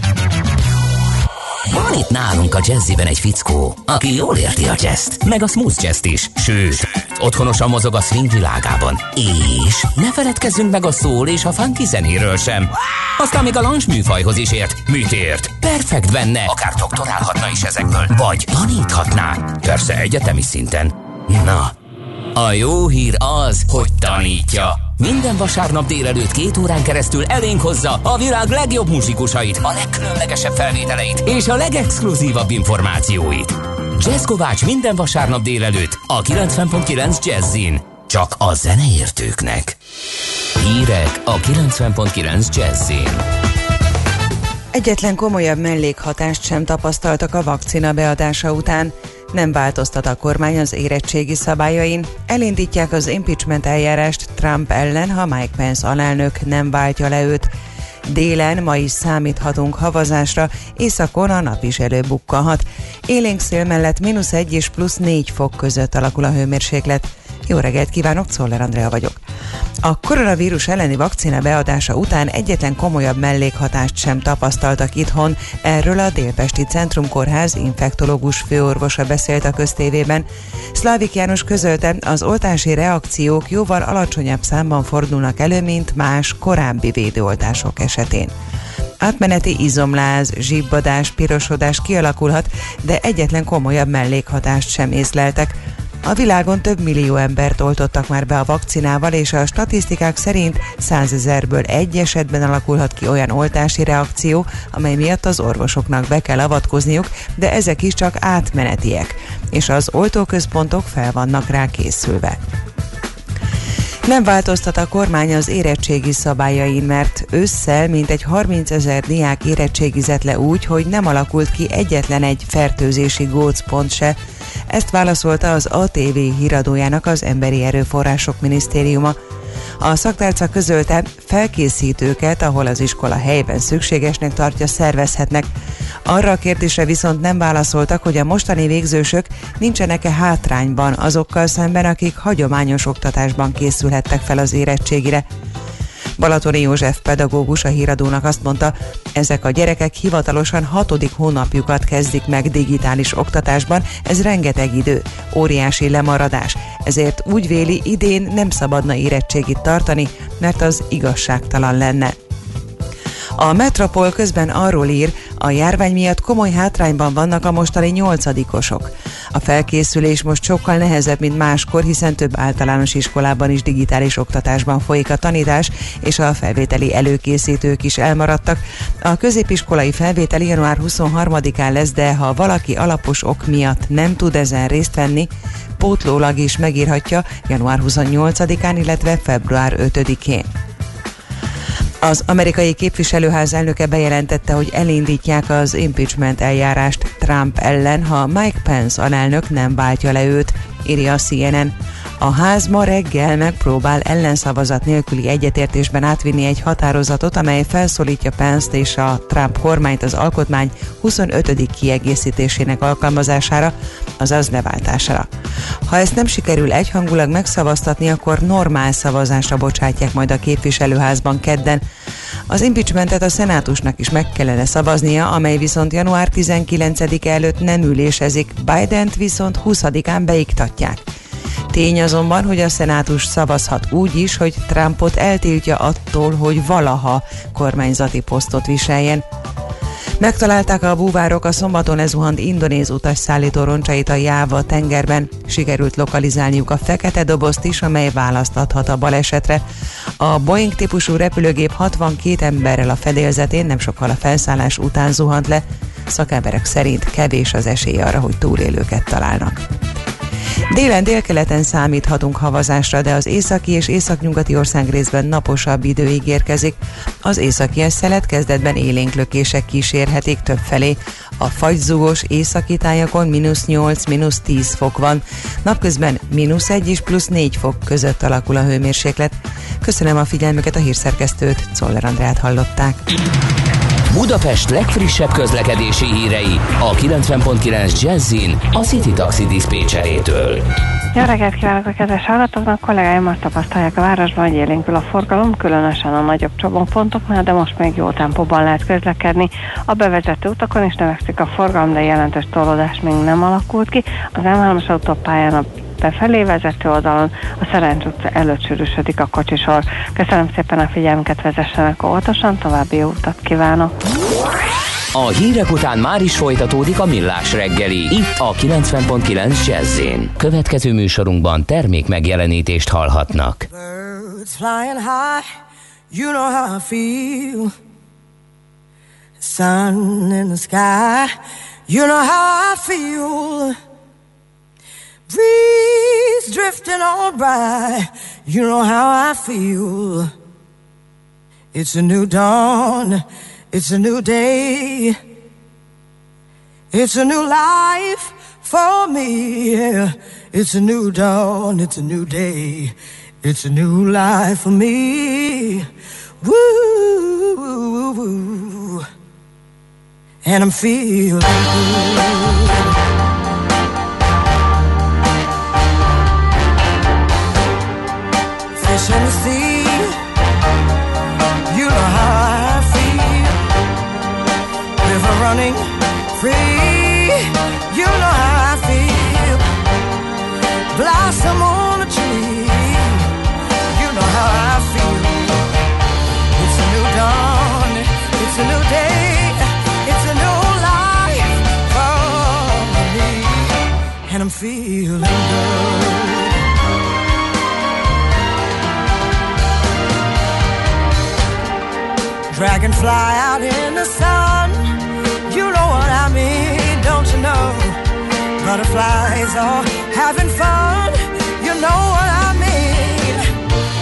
K: Van itt nálunk a Jazziben egy fickó, aki jól érti a jazzt, meg a smooth jazzt is, sőt, otthonosan mozog a swing világában. És ne feledkezzünk meg a soul és a funky zenéről sem. Aztán még a lounge műfajhoz is ért. Mit ért? Perfekt benne, akár doktorálhatna is ezekből, vagy taníthatná. Persze egyetemi szinten. Na, a jó hír az, hogy tanítja. Minden vasárnap délelőtt 2 órán keresztül elénk hozza a világ legjobb muzsikusait, a legkülönlegesebb felvételeit és a legexkluzívabb információit. Jazz Kovács minden vasárnap délelőtt a 90.9 Jazzin. Csak a zeneértőknek. Hírek a 90.9 Jazzin.
L: Egyetlen komolyabb mellékhatást sem tapasztaltak a vakcina beadása után. Nem változtat a kormány az érettségi szabályain. Elindítják az impeachment eljárást Trump ellen, ha Mike Pence alelnök nem váltja le őt. Délen ma is számíthatunk havazásra, északon a nap is előbukkanhat. Élénk szél mellett -1 és +4 fok között alakul a hőmérséklet. Jó reggelt kívánok, Czoller Andrea vagyok. A koronavírus elleni vakcina beadása után egyetlen komolyabb mellékhatást sem tapasztaltak itthon. Erről a Délpesti Centrumkórház infektológus főorvosa beszélt a köztévében. Szlávik János közölte, az oltási reakciók jóval alacsonyabb számban fordulnak elő, mint más korábbi védőoltások esetén. Átmeneti izomláz, zsibbadás, pirosodás kialakulhat, de egyetlen komolyabb mellékhatást sem észleltek. A világon több millió embert oltottak már be a vakcinával, és a statisztikák szerint 100 000-ből egy esetben alakulhat ki olyan oltási reakció, amely miatt az orvosoknak be kell avatkozniuk, de ezek is csak átmenetiek, és az oltóközpontok fel vannak rá készülve. Nem változtat a kormány az érettségi szabályain, mert ősszel mintegy 30 000 diák érettségizett le úgy, hogy nem alakult ki egyetlen egy fertőzési gócpont se. Ezt válaszolta az ATV híradójának az Emberi Erőforrások Minisztériuma. A szaktárca közölte, felkészítőket, ahol az iskola helyben szükségesnek tartja, szervezhetnek. Arra a kérdésre viszont nem válaszoltak, hogy a mostani végzősök nincsenek-e hátrányban azokkal szemben, akik hagyományos oktatásban készülhettek fel az érettségire. Balatoni József pedagógus a híradónak azt mondta, ezek a gyerekek hivatalosan 6. hónapjukat kezdik meg digitális oktatásban, ez rengeteg idő, óriási lemaradás, ezért úgy véli, idén nem szabadna érettségit tartani, mert az igazságtalan lenne. A Metropol közben arról ír, a járvány miatt komoly hátrányban vannak a mostani 8-osok. A felkészülés most sokkal nehezebb, mint máskor, hiszen több általános iskolában is digitális oktatásban folyik a tanítás, és a felvételi előkészítők is elmaradtak. A középiskolai felvételi január 23-án lesz, de ha valaki alapos ok miatt nem tud ezen részt venni, pótlólag is megírhatja január 28-án, illetve február 5-én. Az amerikai képviselőház elnöke bejelentette, hogy elindítják az impeachment eljárást Trump ellen, ha Mike Pence alelnök nem váltja le őt, írja a CNN. A ház ma reggel megpróbál ellenszavazat nélküli egyetértésben átvinni egy határozatot, amely felszólítja Pence-t és a Trump kormányt az alkotmány 25. kiegészítésének alkalmazására, azaz leváltására. Ha ezt nem sikerül egyhangulag megszavaztatni, akkor normál szavazásra bocsátják majd a képviselőházban kedden. Az impeachmentet a szenátusnak is meg kellene szavaznia, amely viszont január 19-e előtt nem ülésezik, Bident viszont 20-án beiktatják. Tény azonban, hogy a szenátus szavazhat úgy is, hogy Trumpot eltiltja attól, hogy valaha kormányzati posztot viseljen. Megtalálták a búvárok a szombaton lezuhant indonéz utasszállító roncsait a Jáva tengerben. Sikerült lokalizálniuk a fekete dobozt is, amely választ adhat a balesetre. A Boeing típusú repülőgép 62 emberrel a fedélzetén nem sokkal a felszállás után zuhant le. Szakemberek szerint kevés az esély arra, hogy túlélőket találnak. Délen délkeleten számíthatunk havazásra, de az északi és északnyugati országrészben naposabb idő ígérkezik. Az északi szelet kezdetben élénk lökések kísérhetik többfelé. A fagyzúgós északi tájakon -8, -10 fok van. Napközben -1 és +4 fok között alakul a hőmérséklet. Köszönöm a figyelmüket, a hírszerkesztőt, Czoller Andrát hallották.
K: Budapest legfrissebb közlekedési hírei a 90.9 Jazzin a City Taxi diszpécserétől.
M: Jó reggelt kívánok a kedves hallgatóknak! Kollégáim azt tapasztalják a városban, hogy élénkül a forgalom, különösen a nagyobb csomópontoknál, de most még jó tempóban lehet közlekedni. A bevezető utakon is növekszik a forgalom, de jelentős torlódás még nem alakult ki. Az M3-as autópályán a befelé vezető oldalon a Szerencs utca előtt sűrűsödik a kocsisor. Köszönöm szépen a figyelmüket, vezessenek óvatosan, további jó utat kívánok!
K: A hírek után már is folytatódik a Millás reggeli, itt a 90.9 Jazz-én. Következő műsorunkban termék megjelenítést hallhatnak.
N: Birds flying high, you know how I feel. Sun in the sky, you know how I feel. Breeze drifting on by, you know how I feel. It's a new dawn, it's a new day, it's a new life for me. It's a new dawn, it's a new day, it's a new life for me. Woo, woo, woo. And I'm feeling good. Fish in the sea, you know how I feel. River running free, you know how I feel. Blossom on a tree, you know how I feel. It's a new dawn, it's a new day, it's a new life for me. And I'm feeling good. Dragonfly out in the sun, you know what I mean, don't you know? Butterflies are having fun, you know what I mean.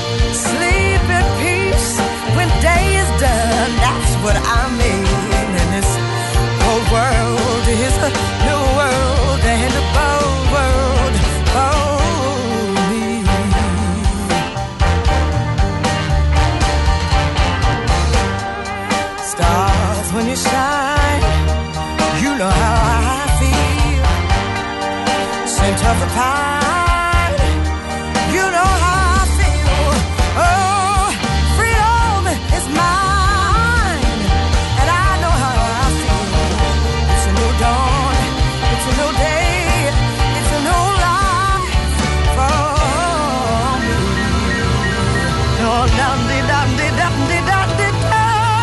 N: the tide. You know how I feel. Oh, freedom is mine, and I know how I feel. It's a new dawn, it's a new day, it's a new life for me. Oh, dum-de-dum-de-dum-de-dum-de-dum.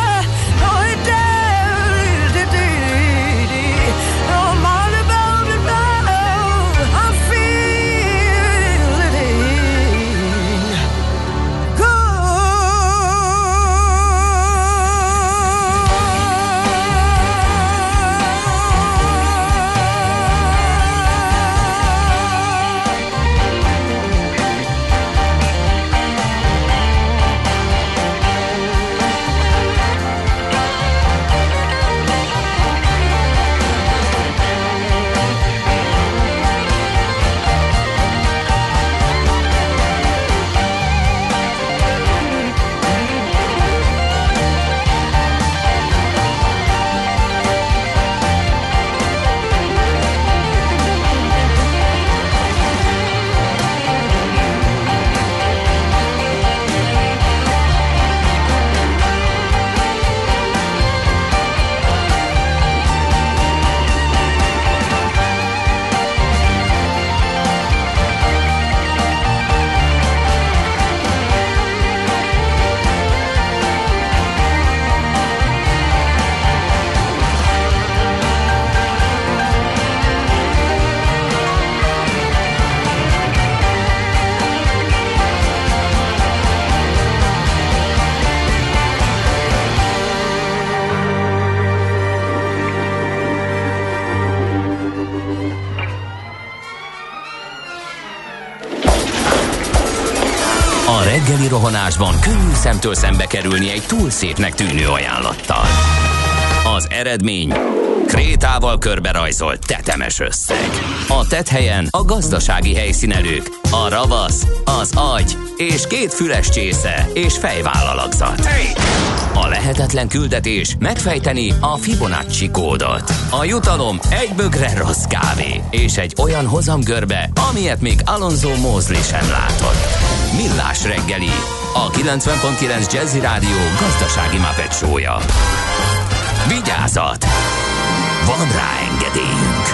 D: A reggeli rohanásban könnyű szemtől szembe kerülni egy túl szépnek tűnő ajánlattal. Az eredmény krétával körberajzolt tetemes összeg. A tetthelyen a gazdasági helyszínelők, a ravasz, az agy és 2 füles csésze és fejvállalakzat. A lehetetlen küldetés megfejteni a Fibonacci kódot. A jutalom egy bögre rossz kávé és egy olyan hozamgörbe, amilyet még Alonso Mosley sem látott. Millás reggeli, a 90.9 Jazzy Rádió gazdasági Muppet show-ja. Vigyázat! Van rá engedélyünk!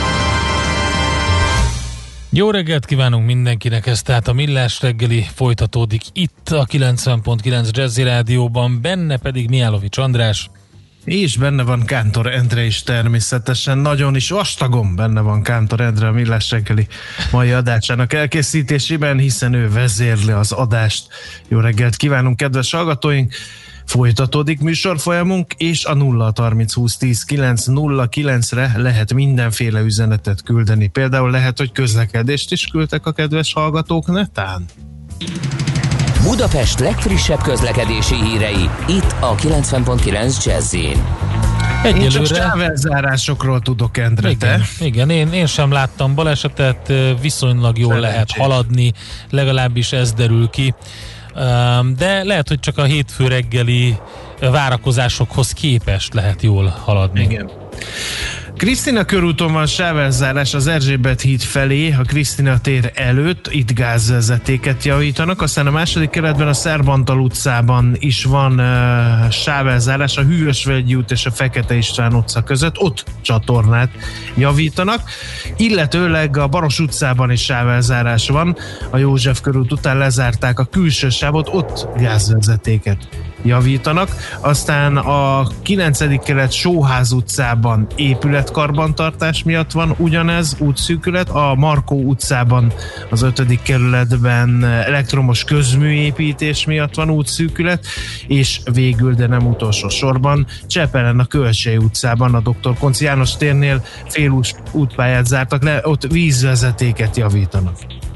G: Jó reggelt kívánunk mindenkinek, ez tehát a Millás reggeli folytatódik itt a 90.9 Jazzy Rádióban, benne pedig Mihálovics András.
H: És benne van Kántor Endre is természetesen, nagyon is vastagon benne van Kántor Endre a Millás reggeli mai adásának elkészítésében, hiszen ő vezérli az adást. Jó reggelt kívánunk, kedves hallgatóink! Folytatódik műsorfolyamunk, és a 0-30-20-10-9-09-re lehet mindenféle üzenetet küldeni. Például lehet, hogy közlekedést is küldtek a kedves hallgatók netán.
K: Budapest legfrissebb közlekedési hírei, itt a 90.9 Jazz-in.
H: Én csak sávelzárásokról tudok, Endre, te?
G: Igen, én sem láttam balesetet, viszonylag jól lehet haladni, legalábbis ez derül ki. De lehet, hogy csak a hétfő reggeli várakozásokhoz képest lehet jól haladni.
H: Igen. Krisztina körúton van sávelzárás az Erzsébet híd felé, a Krisztina tér előtt, itt gázvezetéket javítanak, aztán a második kerületben a Szerbantal utcában is van sávelzárás, a Hűvösvölgyi út és a Fekete István utca között, ott csatornát javítanak, illetőleg a Baros utcában is sávelzárás van, a József körút után lezárták a külső sávot, ott gázvezetéket javítanak, aztán a 9. kelet Sóház utcában épületkarbantartás miatt van ugyanez, útszűkület, a Markó utcában az 5. kerületben elektromos közműépítés miatt van útszűkület, és végül, de nem utolsó sorban, Csepelen a Kölcsey utcában a Dr. Konci János térnél félús útpályát zártak le, ott vízvezetéket javítanak.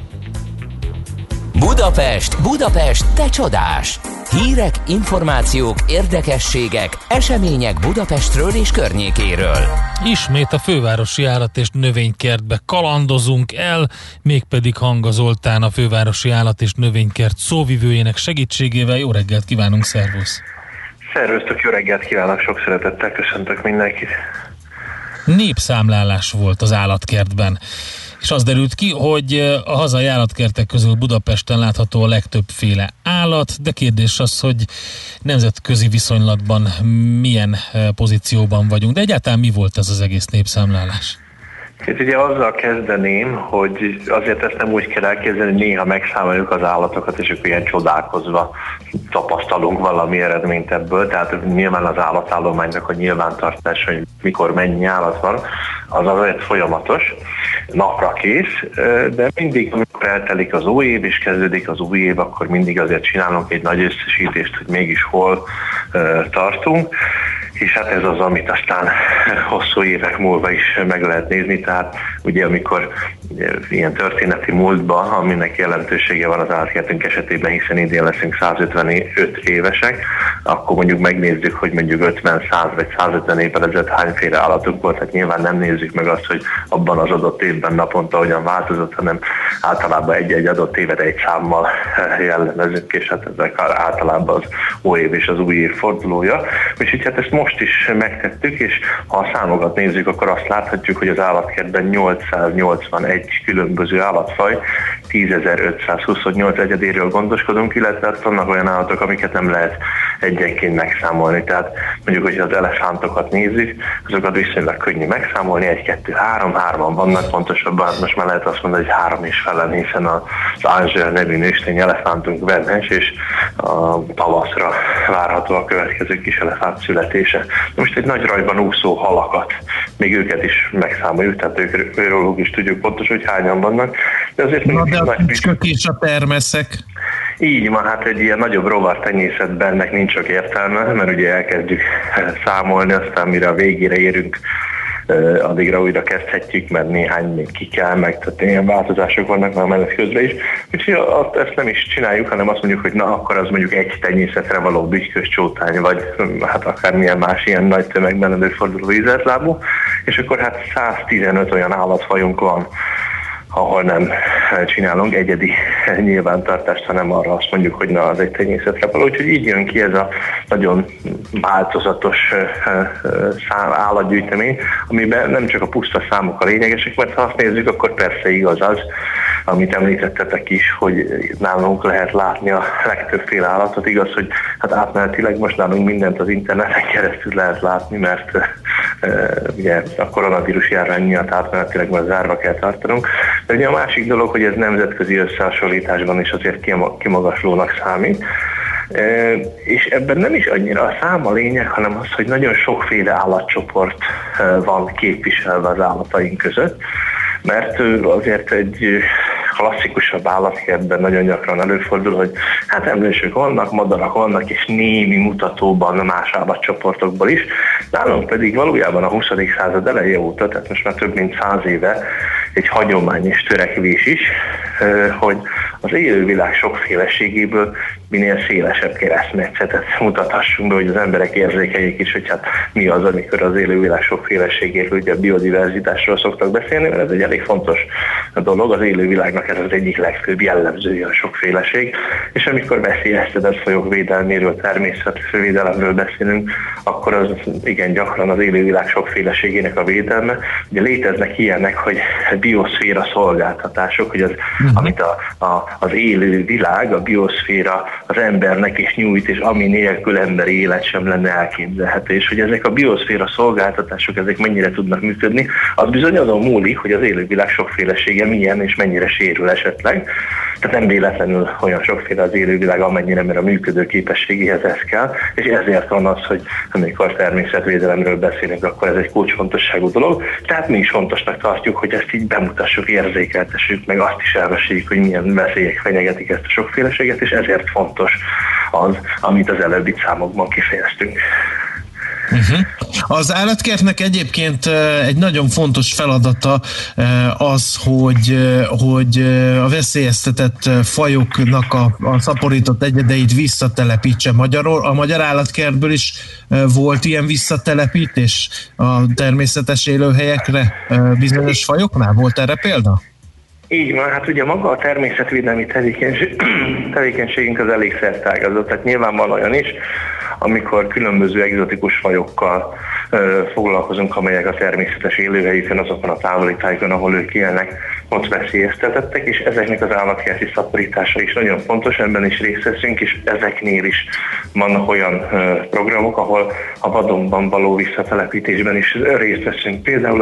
K: Budapest, te csodás! Hírek, információk, érdekességek, események Budapestről és környékéről.
G: Ismét a fővárosi állat- és növénykertbe kalandozunk el, mégpedig Hanga Zoltán, a fővárosi állat- és növénykert szóvivőjének segítségével. Jó reggelt kívánunk, szervusz!
O: Szervusztok, jó reggelt kívánok, sok szeretettel köszöntök mindenkit.
G: Népszámlálás volt az állatkertben. és az derült ki, hogy a hazai állatkertek közül Budapesten látható a legtöbbféle állat, de kérdés az, hogy nemzetközi viszonylatban milyen pozícióban vagyunk, de egyáltalán mi volt ez az egész népszámlálás?
O: Itt ugye azzal kezdeném, hogy azért ezt nem úgy kell elképzelni, hogy néha megszámoljuk az állatokat, és akkor ilyen csodálkozva tapasztalunk valami eredményt ebből. Tehát nyilván az állatállománynak a nyilvántartás, hogy mikor mennyi állat van, az azért folyamatos, napra kész, de mindig, amikor eltelik az új év, és kezdődik az új év, akkor mindig azért csinálunk egy nagy összesítést, hogy mégis hol tartunk. És hát ez az, amit aztán hosszú évek múlva is meg lehet nézni, tehát ugye amikor ilyen történeti múltban, aminek jelentősége van az állatkertünk esetében, hiszen idén leszünk 155 évesek, akkor mondjuk megnézzük, hogy mondjuk 50, 100 vagy 150 évvel ezelőtt hányféle állatunk volt, hát nyilván nem nézzük meg azt, hogy abban az adott évben naponta hogyan változott, hanem általában egy-egy adott évet egy számmal jellemezünk, és hát ezek általában az új év és az új év fordulója. Úgyhogy hát ezt most is megtettük, és ha a számokat nézzük, akkor azt láthatjuk, hogy az állatkertben 881 különböző állatfaj, 10.528 egyedéről gondoskodunk, illetve vannak olyan állatok, amiket nem lehet egyenként megszámolni. Tehát mondjuk, hogyha az elefántokat nézzük, azokat viszonylag könnyű megszámolni, 1, 2, 3, 3-an vannak, pontosabban most már lehet azt mondani, hogy 3 is felen, hiszen az Angel nevű nőstény elefántunk vernes, és a tavaszra várható a következő kis elefánt születése. Most egy nagy rajban úszó halakat, még őket is megszámoljuk, tehát őróluk is tudjuk pontos, hogy hányan vannak. De azért
H: de a kicskök és a termeszek.
O: Így van, hát egy ilyen nagyobb rovartenyészetben ennek nincs sok értelme, mert ugye elkezdjük számolni, aztán mire a végére érünk, addigra újra kezdhetjük, mert néhány még ki kell, meg tehát ilyen változások vannak már menet közben is. Úgyhogy ezt nem is csináljuk, hanem azt mondjuk, hogy na, akkor az mondjuk egy tenyészetre való bütykös csótány, vagy hát akármilyen más ilyen nagy tömegben előforduló ízeltlábú, és akkor hát 115 olyan állatfajunk van, ahol nem csinálunk egyedi nyilvántartást, hanem arra azt mondjuk, hogy na, az egy tenyészetre való. Úgyhogy így jön ki ez a nagyon változatos állatgyűjtemény, amiben nem csak a puszta számok a lényegesek, mert ha azt nézzük, akkor persze igaz az, amit említettetek is, hogy nálunk lehet látni a legtöbbféle állatot. Igaz, hogy hát átmenetileg most nálunk mindent az interneten keresztül lehet látni, mert ugye a koronavírus járvány miatt átmenetileg már zárva kell tartanunk. De ugye a másik dolog, hogy ez nemzetközi összehasonlításban is azért kimagaslónak számít. És ebben nem is annyira a szám a lényeg, hanem az, hogy nagyon sokféle állatcsoport van képviselve az állataink között, mert azért egy klasszikusabb állatkertben nagyon gyakran előfordul, hogy hát emlősök vannak, madarak vannak, és némi mutatóban más állatcsoportokból is. Nálunk pedig valójában a 20. század eleje óta, tehát most már több mint 100 éve egy hagyomány és törekvés is, hogy az élővilág sokféleségéből minél szélesebb keresztmetszetet mutathassunk be, hogy az emberek érzékeljék is, hogy hát mi az, amikor az élővilág sokféleségéről, ugye a biodiverzitásról szoktak beszélni, mert ez egy elég fontos dolog, az élővilágnak ez az egyik legfőbb jellemzője a sokféleség, és amikor veszélyeztetett fajok védelméről, természetvédelemről beszélünk, akkor az igen gyakran az élővilág sokféleségének a védelme. Ugye léteznek ilyenek, hogy bioszféra szolgáltatások, hogy az, amit az élő világ, a bioszféra az embernek is nyújt, és ami nélkül emberi élet sem lenne elképzelhető. És hogy ezek a bioszféra szolgáltatások, ezek mennyire tudnak működni, az bizony azon múlik, hogy az élővilág sokfélesége milyen és mennyire sérül esetleg. Tehát nem véletlenül olyan sokféle az élővilág, amennyire, mert a működő képességéhez ez kell, és ezért van az, hogy amikor természetvédelemről beszélünk, akkor ez egy kulcsfontosságú dolog. Tehát mi is fontosnak tartjuk, hogy ezt így bemutassuk, érzékeltessük, meg azt is elmeséljük, hogy milyen veszélyek fenyegetik ezt a sokféleséget, és ezért fontos az, amit az előbbi számokban kifejeztünk.
H: Az állatkertnek egyébként egy nagyon fontos feladata az, hogy a veszélyeztetett fajoknak a szaporított egyedeit visszatelepítse. A magyar állatkertből is volt ilyen visszatelepítés a természetes élőhelyekre bizonyos fajoknál? Volt erre példa?
O: Így van, hát ugye maga a természetvédelmi tevékenységünk az elég szertágazott, tehát nyilván van olyan is, amikor különböző egzotikus fajokkal foglalkozunk, amelyek a természetes élőhelyükön, azokon a távoli tájokon, ahol ők élnek, ott veszélyeztetettek, és ezeknek az állatkerti szaporítása is nagyon fontos, ebben is részt veszünk, és ezeknél is vannak olyan programok, ahol a vadonban való visszatelepítésben is részt veszünk. Például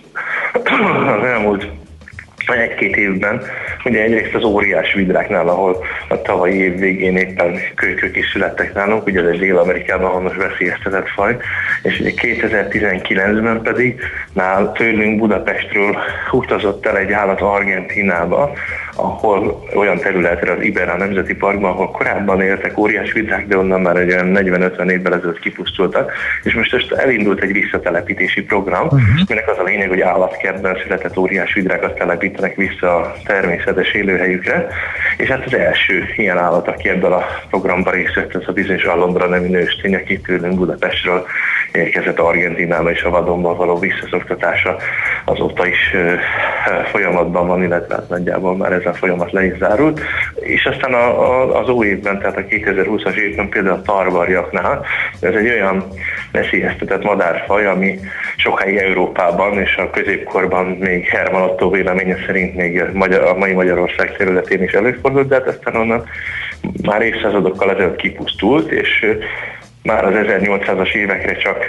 O: az elmúlt 1-2 évben, ugye egyrészt az óriás vidráknál, ahol a tavalyi év végén éppen kölykök is születtek nálunk, ugye ez egy Dél-Amerikában honos veszélyeztetett faj, és ugye 2019-ben pedig tőlünk Budapestről utazott el egy állat Argentínába, ahol olyan területre, az Iberá Nemzeti Parkban, ahol korábban éltek óriás vidrák, de onnan már egy olyan 40-50 évvel ezelőtt kipusztultak, és most elindult egy visszatelepítési program, aminek az a lényeg, hogy állatkertben született óriás vidrákat telepítenek vissza a természetes élőhelyükre, és hát az első ilyen állat, aki ebből a programban részt vett, ez a bizonyos Alondra nevű nőstény, aki tőlünk Budapestről érkezett Argentínába, és a vadonban való visszaszoktatása azóta is folyamatban van, illetve hát nagyjából már ez a folyamat le is zárult. És aztán az új évben, tehát a 2020-as évben például a tarvarjaknál, ez egy olyan veszélyeztetett madárfaj, ami sokáig Európában és a középkorban még Herman Otto véleménye szerint még a mai Magyarország területén is előfordult, de hát aztán onnan már évszázadokkal ezelőtt kipusztult, és már az 1800-as évekre csak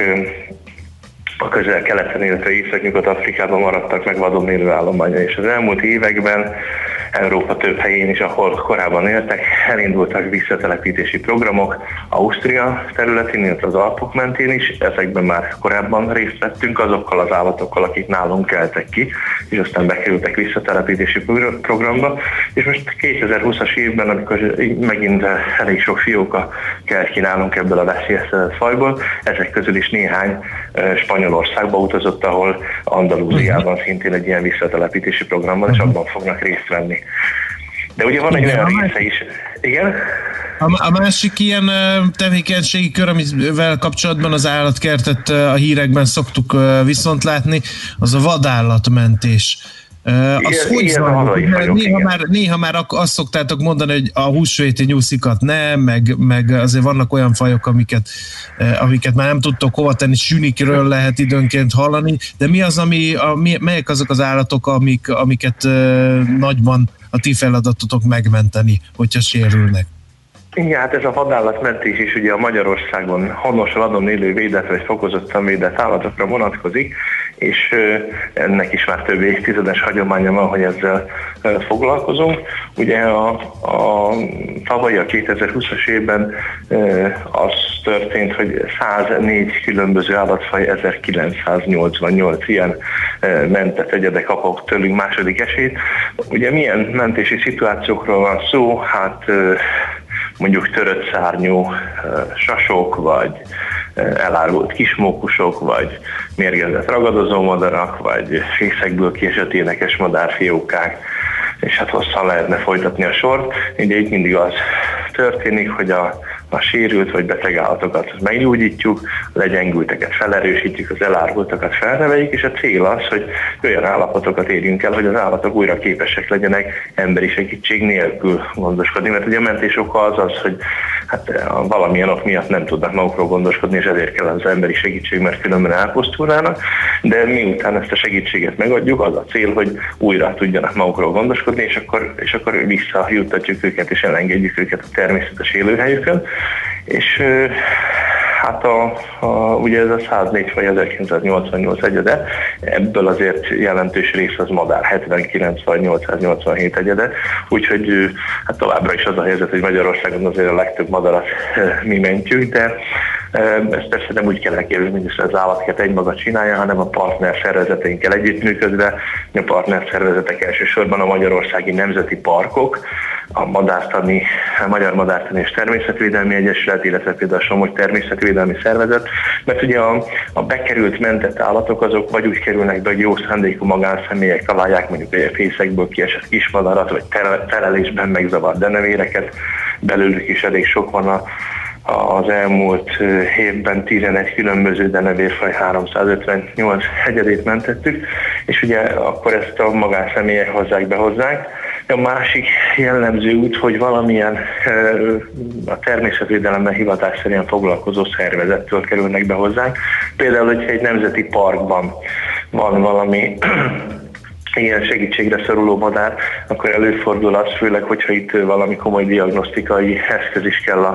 O: a közel-keleten, illetve Észak-Nyugat-Afrikában maradtak meg vadon élő állományai, és az elmúlt években Európa több helyén is, ahol korábban éltek, elindultak visszatelepítési programok, Ausztria területén, illetve az Alpok mentén is, ezekben már korábban részt vettünk azokkal az állatokkal, akik nálunk keltek ki, és aztán bekerültek visszatelepítési programba, és most 2020-as évben, amikor megint elég sok fióka kelt ki nálunk ebből a veszélyeztetett fajból, ezek közül is néhány Spanyolországba utazott, ahol Andalúziában szintén egy ilyen visszatelepítési program van, és abban fognak részt venni. De ugye van egy olyan része is. Igen?
H: A másik ilyen tevékenységi kör, amivel kapcsolatban az állatkertet a hírekben szoktuk viszont látni, az a vadállatmentés. Az hogy van? Néha már azt szoktátok mondani, hogy a húsvéti nyuszikat nem, meg azért vannak olyan fajok, amiket már nem tudtok hova tenni, sünikről lehet időnként hallani, de mi az, melyek azok az állatok, amiket nagyban a ti feladatotok megmenteni, hogyha sérülnek?
O: Igen, hát ez a vadállatmentés is ugye a Magyarországon honos vadon élő védett vagy fokozottan védett állatokra vonatkozik, és ennek is már több évtizedes hagyománya van, hogy ezzel foglalkozunk. Ugye a tavalyi, a 2020-as évben az történt, hogy 104 különböző állatfaj, 1988 ilyen mentett egyede kapott tőlünk második esélyt. Ugye milyen mentési szituációkról van szó? Hát mondjuk törött szárnyú sasok, vagy elárvult kismókusok, vagy mérgezett ragadozómadarak, vagy fészekből kiesett énekes madárfiókák, és hát hosszan lehetne folytatni a sort. Ugye itt mindig az történik, hogy a sérült vagy beteg állatokat meggyógyítjuk, a legyengülteket felerősítjük, az elárvultakat felneveljük, és a cél az, hogy olyan állapotokat érjünk el, hogy az állatok újra képesek legyenek emberi segítség nélkül gondoskodni, mert ugye a mentés oka az, hogy hát valamilyen ok miatt nem tudnak magukról gondoskodni, és ezért kell az emberi segítség, mert különben elpusztulnának, de miután ezt a segítséget megadjuk, az a cél, hogy újra tudjanak magukról gondoskodni, és akkor visszajuttatjuk őket, és elengedjük őket a természetes élőhelyükön. És hát ugye ez a 104 vagy 1988 egyede, ebből azért jelentős rész az madár, 79 vagy 887 egyede, úgyhogy hát továbbra is az a helyzet, hogy Magyarországon azért a legtöbb madarat mi mentjük, de ezt persze nem úgy kell elképzelni, hogy az állatkert egymaga csinálja, hanem a partner szervezeteinkkel együttműködve. A partner szervezetek elsősorban a magyarországi nemzeti parkok, a Magyar Madártani és Természetvédelmi Egyesület, illetve például a Somogy Természetvédelmi Szervezet, mert ugye a bekerült mentett állatok azok vagy úgy kerülnek be, hogy jó szándékú magánszemélyek találják mondjuk egy fészekből kiesett kismadarat, vagy terelésben megzavart denevéreket, belőlük is elég sok van az elmúlt évben 11 különböző denevérfaj 358 egyedét mentettük, és ugye akkor ezt a magánszemélyek hozzák be hozzánk, A másik jellemző út, hogy valamilyen a természetvédelemmel hivatásszerűen foglalkozó szervezettől kerülnek be hozzánk. Például, hogyha egy nemzeti parkban van valami ilyen segítségre szoruló madár, akkor előfordul az, főleg, hogyha itt valami komoly diagnosztikai eszköz is kell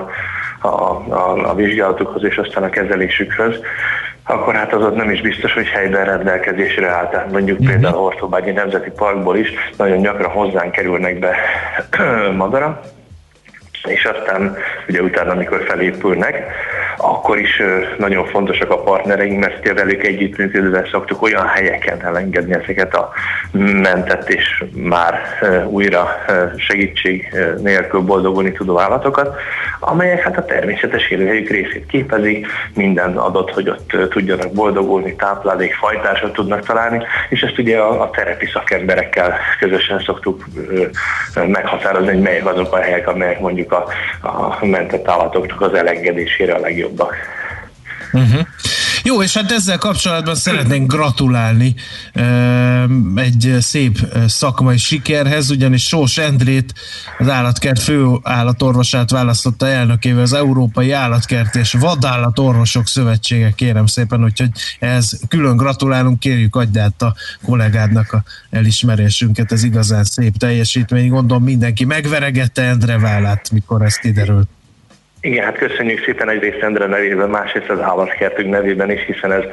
O: a vizsgálatukhoz és aztán a kezelésükhöz, akkor hát az ott nem is biztos, hogy helyben rendelkezésre áll. Tehát mondjuk például a Hortobágyi Nemzeti Parkból is nagyon gyakran hozzánk kerülnek be madarak, és aztán ugye utána, amikor felépülnek, akkor is nagyon fontosak a partnereink, mert ugye velük együttműködve szoktuk olyan helyeken elengedni ezeket a mentett és már újra segítség nélkül boldogulni tudó állatokat, amelyek hát a természetes élőhelyük részét képezik, minden adott, hogy ott tudjanak boldogulni, táplálék, fajtásot tudnak találni, és ezt ugye a terepi szakemberekkel közösen szoktuk meghatározni, hogy melyek azok a helyek, amelyek mondjuk a mentett állatoknak az elengedésére a legjobbak.
H: Jó, és hát ezzel kapcsolatban szeretnénk gratulálni egy szép szakmai sikerhez, ugyanis Sós Endrét, az Állatkert főállatorvosát választotta elnökével az Európai Állatkert és Vadállatorvosok Szövetsége, kérem szépen, úgyhogy ehhez külön gratulálunk, kérjük, adj át a kollégádnak a elismerésünket, ez igazán szép teljesítmény, gondolom mindenki megveregette Endre vállát, mikor ez kiderült.
O: Igen, hát köszönjük szépen egyrészt Endre nevében, másrészt az állatkertünk nevében is, hiszen ez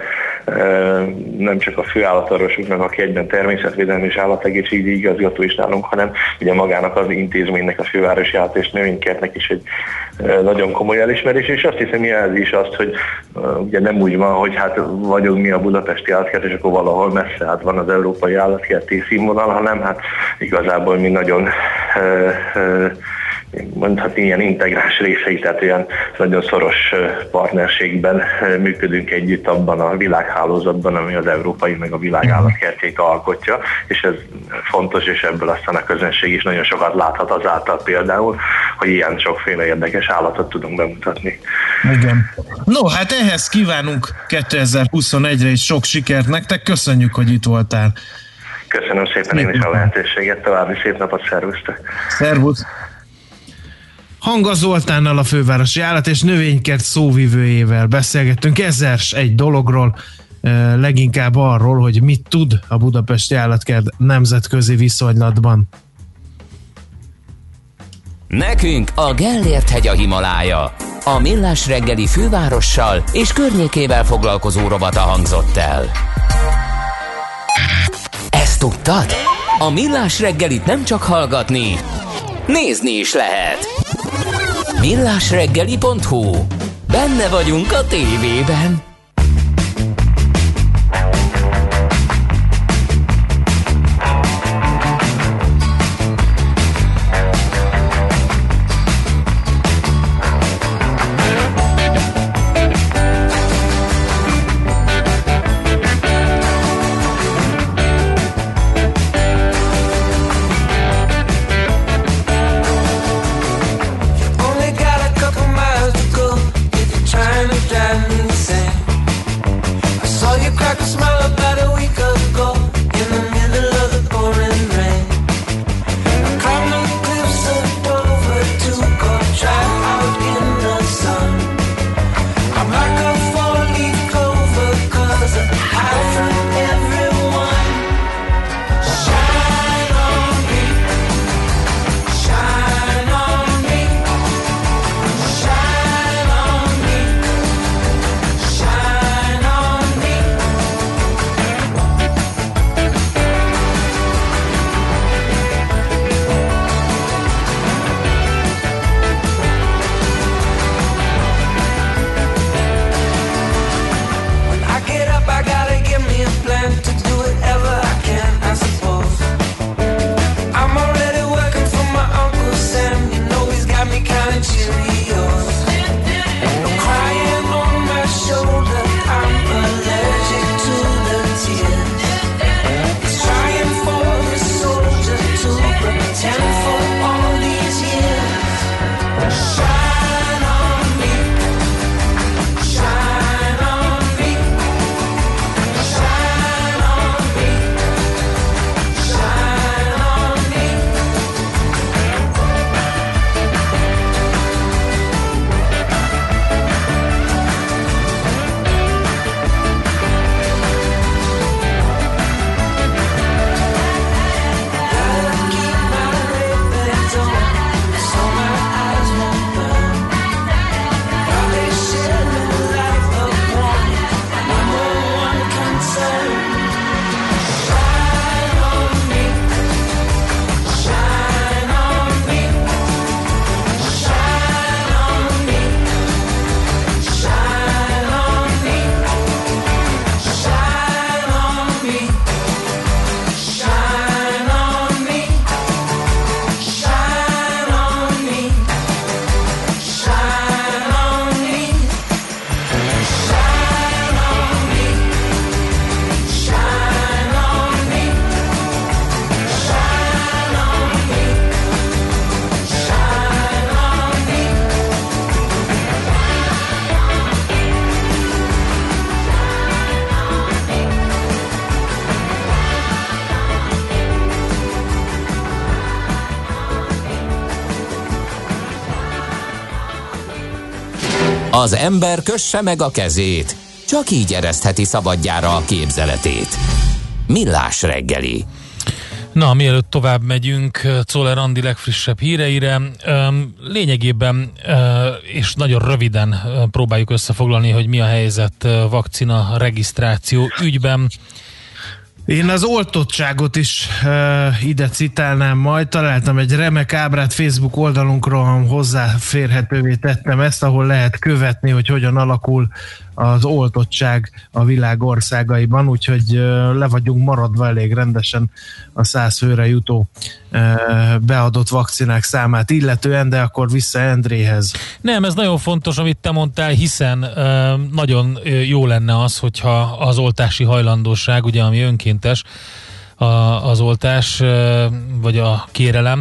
O: nem csak a főállatorvosunknak, aki egyben természetvédelmi és állategészségügyi igazgató is nálunk, hanem ugye magának az intézménynek, a Fővárosi Állat- és Növénykertnek is egy nagyon komoly elismerés, és azt hiszem jelzi is azt, hogy ugye nem úgy van, hogy hát vagyunk mi a budapesti állatkert, és akkor valahol messze hát van az európai állatkerti színvonal, hanem hát igazából mi nagyon mondhatni ilyen integráns részei, tehát olyan nagyon szoros partnerségben működünk együtt abban a világhálózatban, ami az európai meg a világ állatkertjét alkotja, és ez fontos, és ebből aztán a közönség is nagyon sokat láthat azáltal például, hogy ilyen sokféle érdekes állatot tudunk bemutatni.
H: Igen. No, hát ehhez kívánunk 2021-re is sok sikert nektek, köszönjük, hogy itt voltál.
O: Köszönöm szépen én is a lehetőséget, további szép napot, szervusztok!
H: Szervusz! Hanga Zoltánnal, a Fővárosi Állat- és Növénykert szóvivőjével beszélgettünk 1001 dologról, leginkább arról, hogy mit tud a Budapesti Állatkert nemzetközi viszonylatban.
K: Nekünk a Gellért-hegy a Himalája. A Millás reggeli fővárossal és környékével foglalkozó rovata hangzott el. Ezt tudtad? A Millás reggelit nem csak hallgatni, nézni is lehet. millásreggeli.hu. Benne vagyunk a tévében.
D: Az ember kösse meg a kezét, csak így eresztheti szabadjára a képzeletét. Millás reggeli.
G: Na, mielőtt tovább megyünk Czoller Andi legfrissebb híreire, lényegében és nagyon röviden próbáljuk összefoglalni, hogy mi a helyzet vakcina regisztráció ügyben.
H: Én az oltottságot is ide citálnám majd. Találtam egy remek ábrát Facebook oldalunkról, hozzáférhetővé tettem ezt, ahol lehet követni, hogy hogyan alakul az oltottság a világ országaiban, úgyhogy le vagyunk maradva elég rendesen a 100 főre jutó beadott vakcinák számát illetően, de akkor vissza Endréhez.
G: Nem, ez nagyon fontos, amit te mondtál, hiszen nagyon jó lenne az, hogyha az oltási hajlandóság, ugye ami önkéntes, az oltás, vagy a kérelem,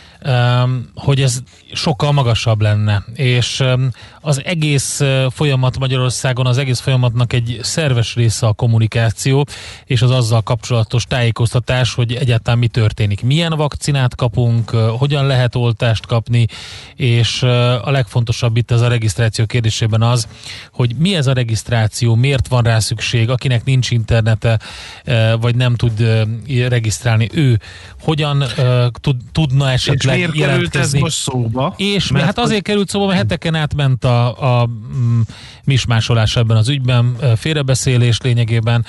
G: hogy ez sokkal magasabb lenne, és az egész folyamat Magyarországon, az egész folyamatnak egy szerves része a kommunikáció, és az azzal kapcsolatos tájékoztatás, hogy egyáltalán mi történik. Milyen vakcinát kapunk, hogyan lehet oltást kapni, és a legfontosabb itt ez a regisztráció kérdésében az, hogy mi ez a regisztráció, miért van rá szükség, akinek nincs internete, vagy nem tud regisztrálni, ő hogyan tudna esetleg
H: jelentkezni. És miért került ez most szóba?
G: És hát azért került szóba, mert heteken átment a mismásolás ebben az ügyben, félrebeszélés lényegében,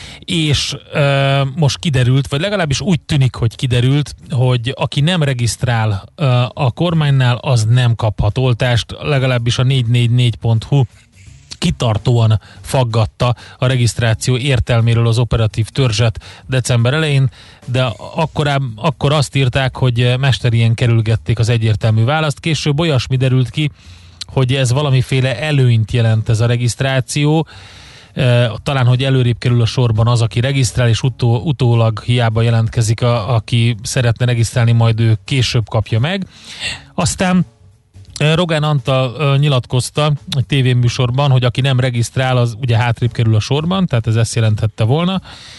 G: és most kiderült, vagy legalábbis úgy tűnik, hogy kiderült, hogy aki nem regisztrál a kormánynál, az nem kaphat oltást, legalábbis a 444.hu kitartóan faggatta a regisztráció értelméről az operatív törzset december elején, de akkor azt írták, hogy mesterien kerülgették az egyértelmű választ. Később olyasmi derült ki, hogy ez valamiféle előnyt jelent ez a regisztráció, talán, hogy előrébb kerül a sorban az, aki regisztrál, és utólag hiába jelentkezik, aki szeretne regisztrálni, majd ő később kapja meg. Aztán Rogán Antal nyilatkozta egy tévéműsorban, hogy aki nem regisztrál, az ugye hátrébb kerül a sorban, tehát ez ezt jelenthette volna.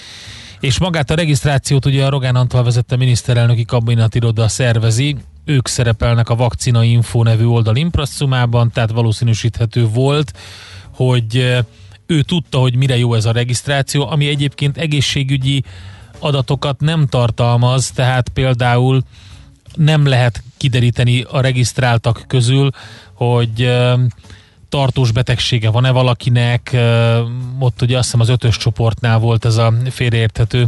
G: És magát a regisztrációt ugye a Rogán Antal vezette miniszterelnöki kabinetiroda szervezi, ők szerepelnek a Vakcina Info nevű oldal impresszumában, tehát valószínűsíthető volt, hogy ő tudta, hogy mire jó ez a regisztráció, ami egyébként egészségügyi adatokat nem tartalmaz, tehát például nem lehet kideríteni a regisztráltak közül, hogy tartós betegsége van-e valakinek, ott ugye azt hiszem az 5-ös csoportnál volt ez a félreérthető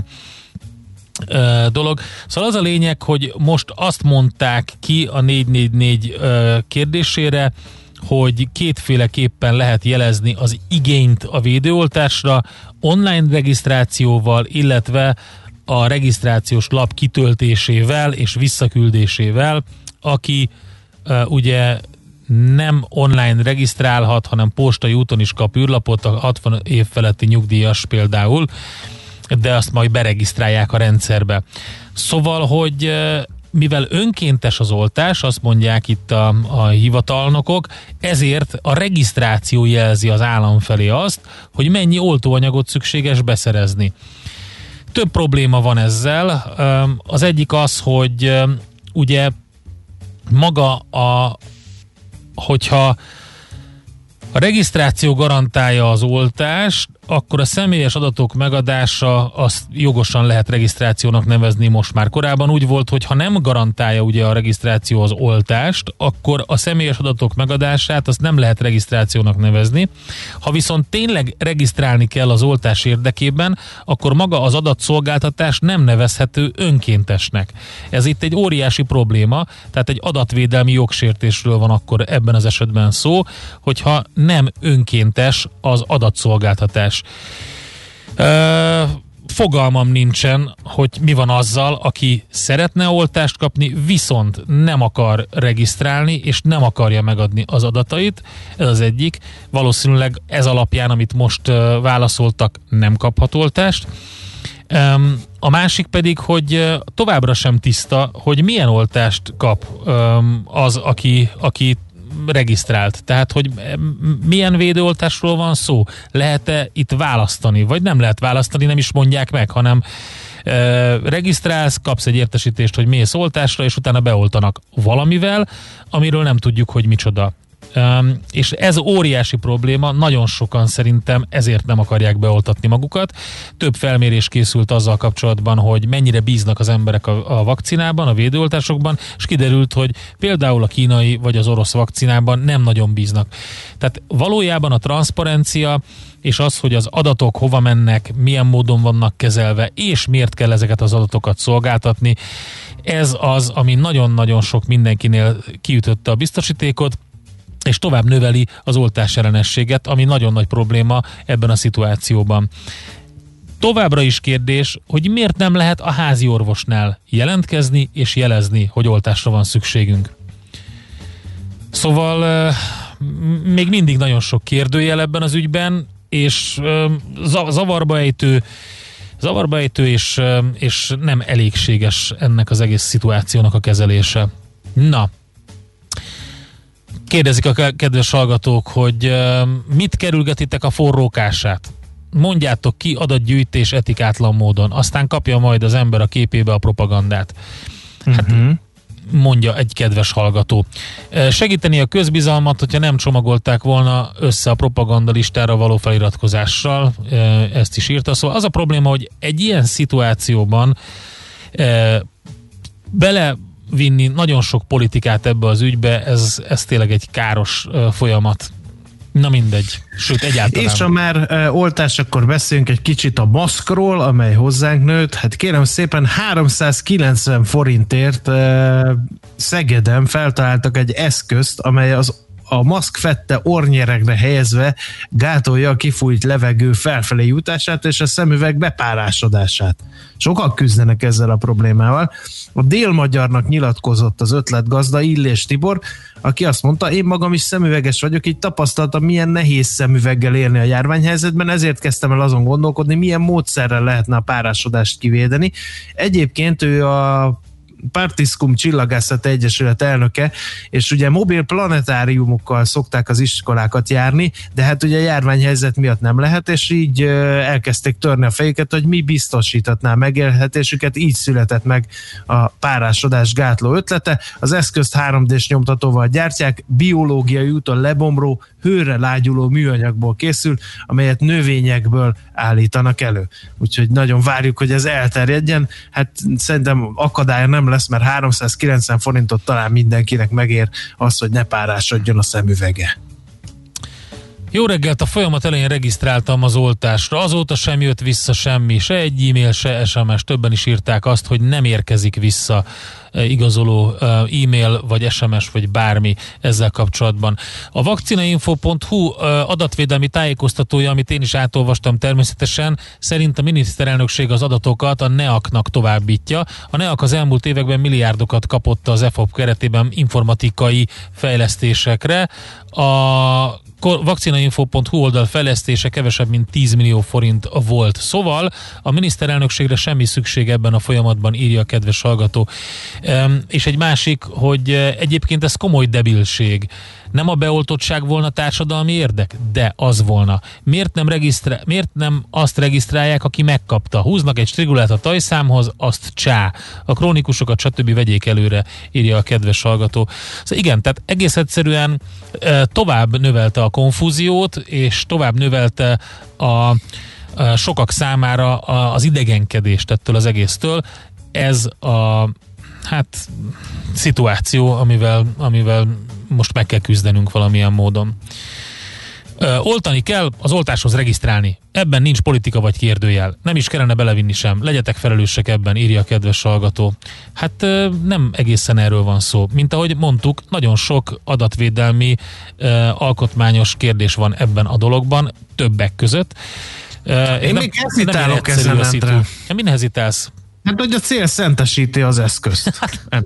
G: dolog. Szóval az a lényeg, hogy most azt mondták ki a 444 kérdésére, hogy kétféleképpen lehet jelezni az igényt a védőoltásra, online regisztrációval, illetve a regisztrációs lap kitöltésével és visszaküldésével, aki ugye nem online regisztrálhat, hanem postai úton is kap űrlapot, a 60 év feletti nyugdíjas például, de azt majd beregisztrálják a rendszerbe. Szóval, hogy mivel önkéntes az oltás, azt mondják itt a hivatalnokok, ezért a regisztráció jelzi az állam felé azt, hogy mennyi oltóanyagot szükséges beszerezni. Több probléma van ezzel. Az egyik az, hogy ugye maga hogyha a regisztráció garantálja az oltást, akkor a személyes adatok megadása azt jogosan lehet regisztrációnak nevezni most már. Korábban úgy volt, hogy ha nem garantálja ugye a regisztráció az oltást, akkor a személyes adatok megadását azt nem lehet regisztrációnak nevezni. Ha viszont tényleg regisztrálni kell az oltás érdekében, akkor maga az adatszolgáltatás nem nevezhető önkéntesnek. Ez itt egy óriási probléma, tehát egy adatvédelmi jogsértésről van akkor ebben az esetben szó, hogyha nem önkéntes az adatszolgáltatás. Fogalmam nincsen, hogy mi van azzal, aki szeretne oltást kapni, viszont nem akar regisztrálni, és nem akarja megadni az adatait. Ez az egyik. Valószínűleg ez alapján, amit most válaszoltak, nem kaphat oltást. A másik pedig, hogy továbbra sem tiszta, hogy milyen oltást kap az, aki regisztrált. Tehát, hogy milyen védőoltásról van szó? Lehet-e itt választani? Vagy nem lehet választani, nem is mondják meg, hanem regisztrálsz, kapsz egy értesítést, hogy mész oltásra, és utána beoltanak valamivel, amiről nem tudjuk, hogy micsoda. És ez óriási probléma, nagyon sokan szerintem ezért nem akarják beoltatni magukat. Több felmérés készült azzal kapcsolatban, hogy mennyire bíznak az emberek a vakcinában, a védőoltásokban, és kiderült, hogy például a kínai vagy az orosz vakcinában nem nagyon bíznak. Tehát valójában a transzparencia és az, hogy az adatok hova mennek, milyen módon vannak kezelve, és miért kell ezeket az adatokat szolgáltatni, ez az, ami nagyon-nagyon sok mindenkinél kiütötte a biztosítékot, és tovább növeli az oltásellenességet, ami nagyon nagy probléma ebben a szituációban. Továbbra is kérdés, hogy miért nem lehet a házi orvosnál jelentkezni és jelezni, hogy oltásra van szükségünk. Szóval még mindig nagyon sok kérdőjel ebben az ügyben, és zavarba ejtő és nem elégséges ennek az egész szituációnak a kezelése. Na, kérdezik a kedves hallgatók, hogy mit kerülgetitek a forrókását? Mondjátok ki adatgyűjtés etikátlan módon, aztán kapja majd az ember a képébe a propagandát. Hát mondja egy kedves hallgató. Segíteni a közbizalmat, hogyha nem csomagolták volna össze a propagandalistára való feliratkozással, ezt is írta. Szóval az a probléma, hogy egy ilyen szituációban belevinni nagyon sok politikát ebbe az ügybe, ez tényleg egy káros folyamat. Na mindegy, sőt egyáltalán.
H: És ha már oltás, akkor beszéljünk egy kicsit a maszkról, amely hozzánk nőtt. Hát kérem szépen, 390 forintért Szegeden feltaláltak egy eszközt, amely a maszkfette orrnyeregre helyezve gátolja a kifújt levegő felfelé jutását és a szemüveg bepárásodását. Sokan küzdenek ezzel a problémával. A Dél-Magyarnak nyilatkozott az ötletgazda Illés Tibor, aki azt mondta, én magam is szemüveges vagyok, így tapasztaltam, milyen nehéz szemüveggel élni a járványhelyzetben, ezért kezdtem el azon gondolkodni, milyen módszerrel lehetne a párásodást kivédeni. Egyébként ő a Partiskum Csillagászati Egyesület elnöke, és ugye mobil planetáriumokkal szokták az iskolákat járni, de hát ugye a járványhelyzet miatt nem lehet, és így elkezdték törni a fejüket, hogy mi biztosítatná a megélhetésüket, így született meg a párásodás gátló ötlete. Az eszközt 3D-s nyomtatóval gyártják, biológiai úton lebomló, hőre lágyuló műanyagból készül, amelyet növényekből állítanak elő. Úgyhogy nagyon várjuk, hogy ez elterjedjen. Hát szerintem akadálya nem lesz, mert 390 forintot talán mindenkinek megér az, hogy ne párásodjon a szemüvege.
G: Jó reggelt, a folyamat elején regisztráltam az oltásra, azóta sem jött vissza semmi, se egy e-mail, se SMS, többen is írták azt, hogy nem érkezik vissza igazoló e-mail, vagy SMS, vagy bármi ezzel kapcsolatban. A vakcinainfo.hu adatvédelmi tájékoztatója, amit én is átolvastam természetesen, szerint a miniszterelnökség az adatokat a NEAK-nak továbbítja. A NEAK az elmúlt években milliárdokat kapott az EFOP keretében informatikai fejlesztésekre. A vakcinainfo.hu oldal fejlesztése kevesebb, mint 10 millió forint volt. Szóval a miniszterelnökségre semmi szükség ebben a folyamatban, írja a kedves hallgató. És egy másik, hogy egyébként ez komoly debilség. Nem a beoltottság volna társadalmi érdek? De az volna. Miért nem azt regisztrálják, aki megkapta? Húznak egy strigulát a tajszámhoz, azt csá. A krónikusokat stb. Vegyék előre, írja a kedves hallgató. Szóval igen, tehát egész egyszerűen tovább növelte a konfúziót, és tovább növelte a sokak számára az idegenkedést ettől az egésztől. Ez a szituáció, amivel most meg kell küzdenünk valamilyen módon. Oltani kell, az oltáshoz regisztrálni. Ebben nincs politika vagy kérdőjel. Nem is kellene belevinni sem. Legyetek felelősek ebben, írja a kedves hallgató. Hát nem egészen erről van szó. Mint ahogy mondtuk, nagyon sok adatvédelmi alkotmányos kérdés van ebben a dologban, többek között.
H: Én még hezitálok ezen, Endre.
G: Min hezitálsz?
H: Hát, hogy a cél szentesíti az eszközt.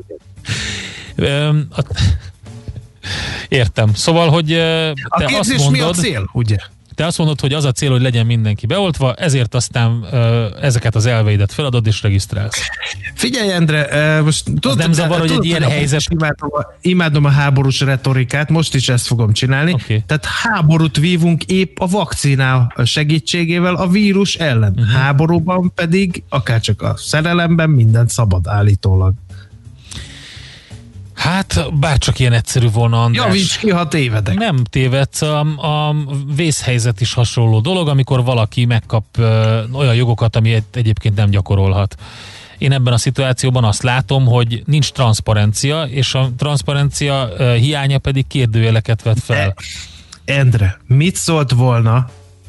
G: Értem. Szóval, hogy
H: a kérdés mi a cél, ugye?
G: Te azt mondod, hogy az a cél, hogy legyen mindenki beoltva, ezért aztán ezeket az elveidet feladod és regisztrálsz.
H: Figyelj, Endre, most
G: tudod, nem zavar, hogy egy ilyen helyzet...
H: Imádom a háborús retorikát, most is ezt fogom csinálni. Okay. Tehát háborút vívunk épp a vakcina segítségével a vírus ellen. Háborúban pedig, akárcsak a szerelemben, mindent szabad állítólag.
G: Hát, bárcsak ilyen egyszerű volna, András.
H: Javíts ki, ha tévedek.
G: Nem tévedsz, a vészhelyzet is hasonló dolog, amikor valaki megkap olyan jogokat, ami egyébként nem gyakorolhat. Én ebben a szituációban azt látom, hogy nincs transzparencia, és a transzparencia hiánya pedig kérdőjeleket vet fel.
H: Endre, mit szólt volna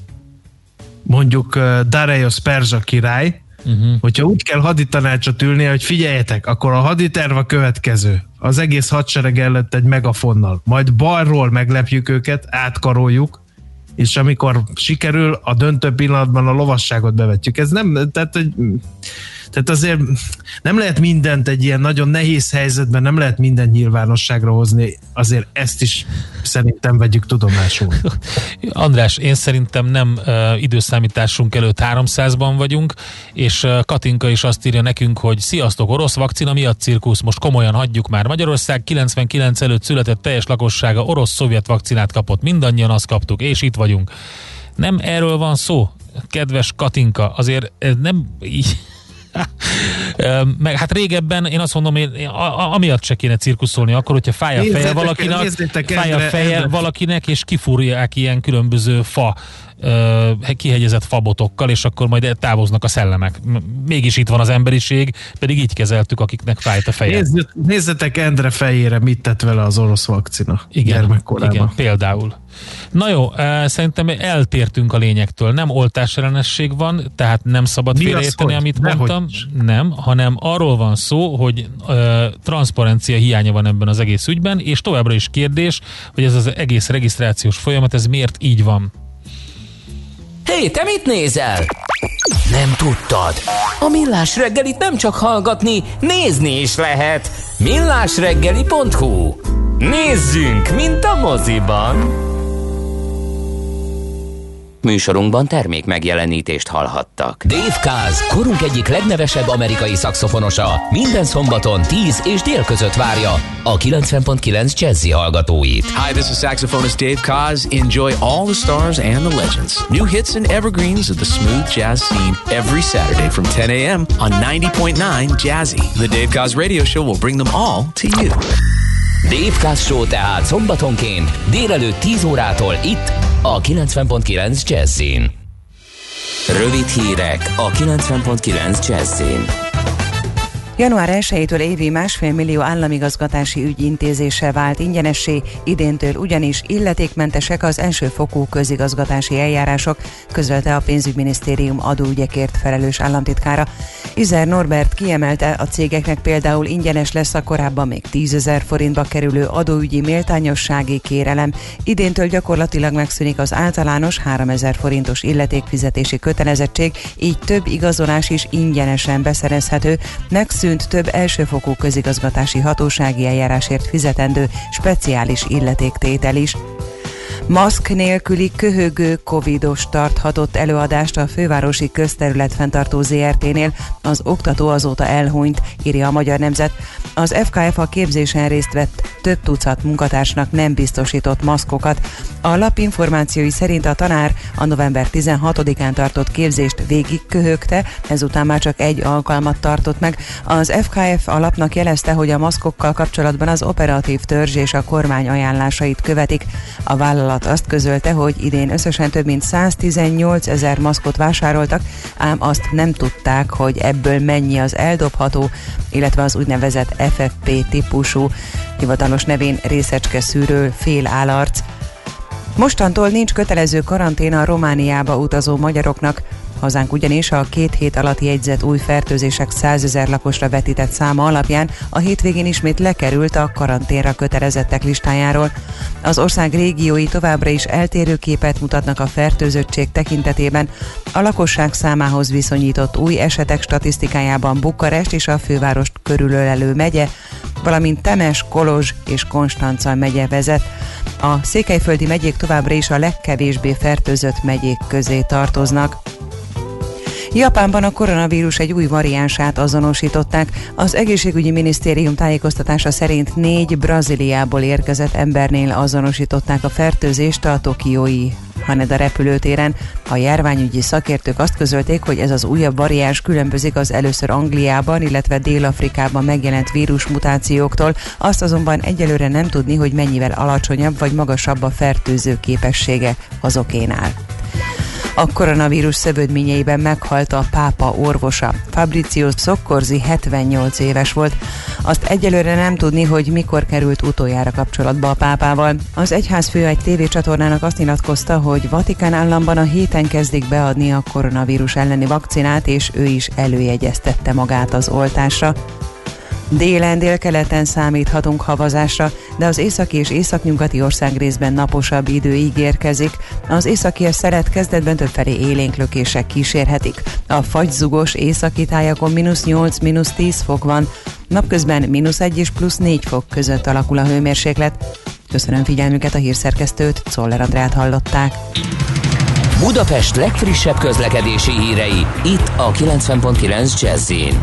H: mondjuk Dareios perzsa király, hogyha úgy kell haditanácsot ülnie, hogy figyeljetek, akkor a haditerv a következő. Az egész hadsereg előtt egy megafonnal. Majd balról meglepjük őket, átkaroljuk, és amikor sikerül, a döntő pillanatban a lovasságot bevetjük. Ez nem, tehát azért nem lehet mindent egy ilyen nagyon nehéz helyzetben, nem lehet mindent nyilvánosságra hozni, azért ezt is szerintem vegyük tudomásul.
G: András, én szerintem nem időszámításunk előtt 300-ban vagyunk, és Katinka is azt írja nekünk, hogy sziasztok, orosz vakcina miatt cirkusz, most komolyan hagyjuk már. Magyarország 99 előtt született teljes lakossága orosz-szovjet vakcinát kapott, mindannyian azt kaptuk, és itt vagyunk. Nem erről van szó, kedves Katinka, azért nem így. Meg hát régebben én azt mondom, amiatt se kéne cirkuszolni akkor, hogyha fáj a feje valakinek, és kifúrják ilyen különböző kihegyezett fabotokkal, és akkor majd távoznak a szellemek. Mégis itt van az emberiség, pedig így kezeltük, akiknek fájt a feje.
H: Nézzetek Endre fejére, mit tett vele az orosz vakcina.
G: Igen, például. Na jó, szerintem eltértünk a lényegtől. Nem oltásellenesség van, tehát nem szabad félreérteni, amit mondtam. Nem, hanem arról van szó, hogy transzparencia hiánya van ebben az egész ügyben, és továbbra is kérdés, hogy ez az egész regisztrációs folyamat, ez miért így van.
K: Hé, te mit nézel? Nem tudtad? A Millás reggelit nem csak hallgatni, nézni is lehet. millásreggeli.hu. Nézzünk, mint a moziban! Műsorunkban termék megjelenítést hallhattak. Dave Kaz, korunk egyik legnevesebb amerikai szaxofonosa, minden szombaton 10 és dél között várja a 90.9 Jazzy hallgatóit.
P: Hi, this is saxophonist Dave Kaz. Enjoy all the stars and the legends. New hits and evergreens of the smooth jazz scene every Saturday from 10 a.m. on 90.9 Jazzy. The Dave Kaz radio show will bring them all to you.
K: Dave Kaz Show tehát szombatonként délelőtt 10 órától itt a 90.9 Jazzin. Rövid hírek a 90.9 Jazzin.
L: Január 1-től évi 1,5 millió államigazgatási ügy intézése vált ingyenessé, idéntől ugyanis illetékmentesek az elsőfokú közigazgatási eljárások, közölte a pénzügyminisztérium adóügyekért felelős államtitkára. Izer Norbert kiemelte, a cégeknek például ingyenes lesz a korábban még 10 000 forintba kerülő adóügyi méltányossági kérelem, idéntől gyakorlatilag megszűnik az általános 3000 forintos illetékfizetési kötelezettség, így több igazolás is ingyenesen beszerezhető, megszűnt több elsőfokú közigazgatási hatósági eljárásért fizetendő speciális illetéktétel is. Maszk nélküli köhögő covidos tarthatott előadást a fővárosi közterületfenntartó ZRT-nél, az oktató azóta elhunyt, írja a Magyar Nemzet. Az FKF a képzésen részt vett több tucat munkatársnak nem biztosított maszkokat. A lap információi szerint a tanár a november 16-án tartott képzést végig köhögte, ezután már csak egy alkalmat tartott meg. Az FKF a lapnak jelezte, hogy a maszkokkal kapcsolatban az operatív törzs és a kormány ajánlásait követik. A vállalat azt közölte, hogy idén összesen több mint 118 000 maszkot vásároltak, ám azt nem tudták, hogy ebből mennyi az eldobható, illetve az úgynevezett FFP típusú, hivatalos nevén részecske szűrő félállarc. Mostantól nincs kötelező karantén a Romániába utazó magyaroknak. Hazánk ugyanis a 2 hét alatt jegyzett új fertőzések 100 000 lakosra vetített száma alapján a hétvégén ismét lekerült a karanténra kötelezettek listájáról. Az ország régiói továbbra is eltérő képet mutatnak a fertőzöttség tekintetében. A lakosság számához viszonyított új esetek statisztikájában Bukarest és a fővárost körülölelő megye, valamint Temes, Kolozs és Konstanca megye vezet. A székelyföldi megyék továbbra is a legkevésbé fertőzött megyék közé tartoznak. Japánban a koronavírus egy új variánsát azonosították. Az egészségügyi minisztérium tájékoztatása szerint 4 Brazíliából érkezett embernél azonosították a fertőzést a tokiói Haneda repülőtéren. A járványügyi szakértők azt közölték, hogy ez az újabb variáns különbözik az először Angliában, illetve Dél-Afrikában megjelent vírusmutációktól, azt azonban egyelőre nem tudni, hogy mennyivel alacsonyabb vagy magasabb a fertőző képessége azokénál. A koronavírus szövődményeiben meghalt a pápa orvosa. Fabrizio Soccorsi 78 éves volt. Azt egyelőre nem tudni, hogy mikor került utoljára kapcsolatba a pápával. Az egyházfő egy tévécsatornának azt nyilatkozta, hogy Vatikán államban a héten kezdik beadni a koronavírus elleni vakcinát, és ő is előjegyeztette magát az oltásra. Délen, délkeleten számíthatunk havazásra, de az északi és északnyugati országrészben naposabb idő ígérkezik. Az északias szeret kezdetben többfelé élénk lökések kísérhetik. A fagyzugos északi tájakon -8–10 fok van, napközben -1 és +4 fok között alakul a hőmérséklet. Köszönöm figyelmüket, a hírszerkesztőt, Czoller Andrát hallották.
K: Budapest legfrissebb közlekedési hírei, itt a 90.9 Jazz-in.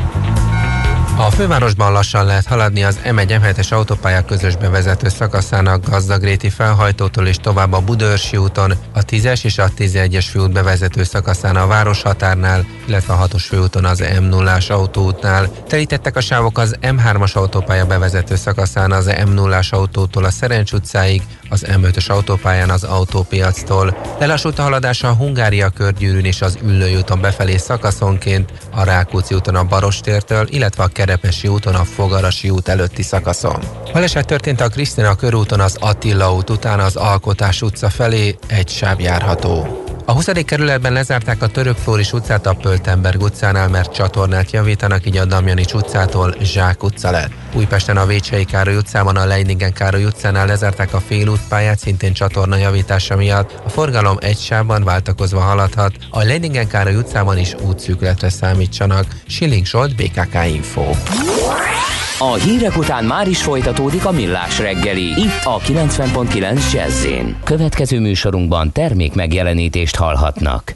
Q: A fővárosban lassan lehet haladni az M1-M7-es autópálya közös bevezető szakaszának Gazdagréti felhajtótól és tovább a Budaörsi úton, a 10-es és a 11-es főút bevezető szakaszán a városhatárnál, illetve a 6-os főúton az M0-ás autóútnál. Telítettek a sávok az M3-as autópálya bevezető szakaszán az M0-ás autótól a Szerencs utcáig, az M5-ös autópályán az Autópiactól. Lelassult a haladás a Hungária körgyűrűn és az Üllői úton befelé szakaszonként, a Rákóczi úton a Barostértől, illetve a Kerepesi úton a Fogarasi út előtti szakaszon. Baleset történt a Krisztina körúton az Attila út után az Alkotás utca felé, egy sáv járható. A 20. kerületben lezárták a Török Flóris utcát a Pöltenberg utcánál, mert csatornát javítanak, így a Damjanics utcától Zsák utca lett. Újpesten a Vécsei Károly utcában a Leiningen Károly utcánál lezárták a félútpályát, szintén csatorna javítása miatt. A forgalom egy sávban váltakozva haladhat. A Leiningen Károly utcában is útszűkületre számítsanak. Schilling Zsolt, BKK Info.
K: A hírek után már is folytatódik a Millás reggeli, itt a 90.9 Jazz-in. Következő műsorunkban termék megjelenítést hallhatnak.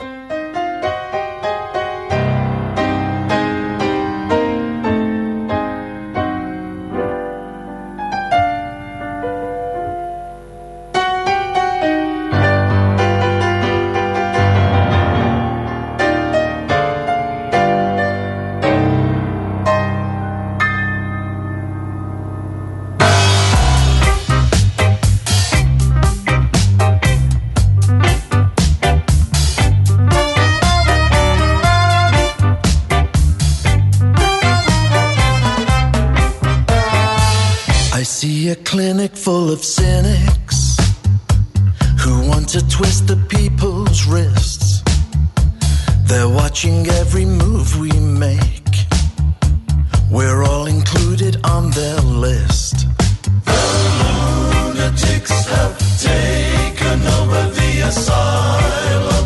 R: Clinic full of cynics who want to twist the people's wrists. They're watching every move we make. We're all included on their list. The lunatics have taken over the asylum.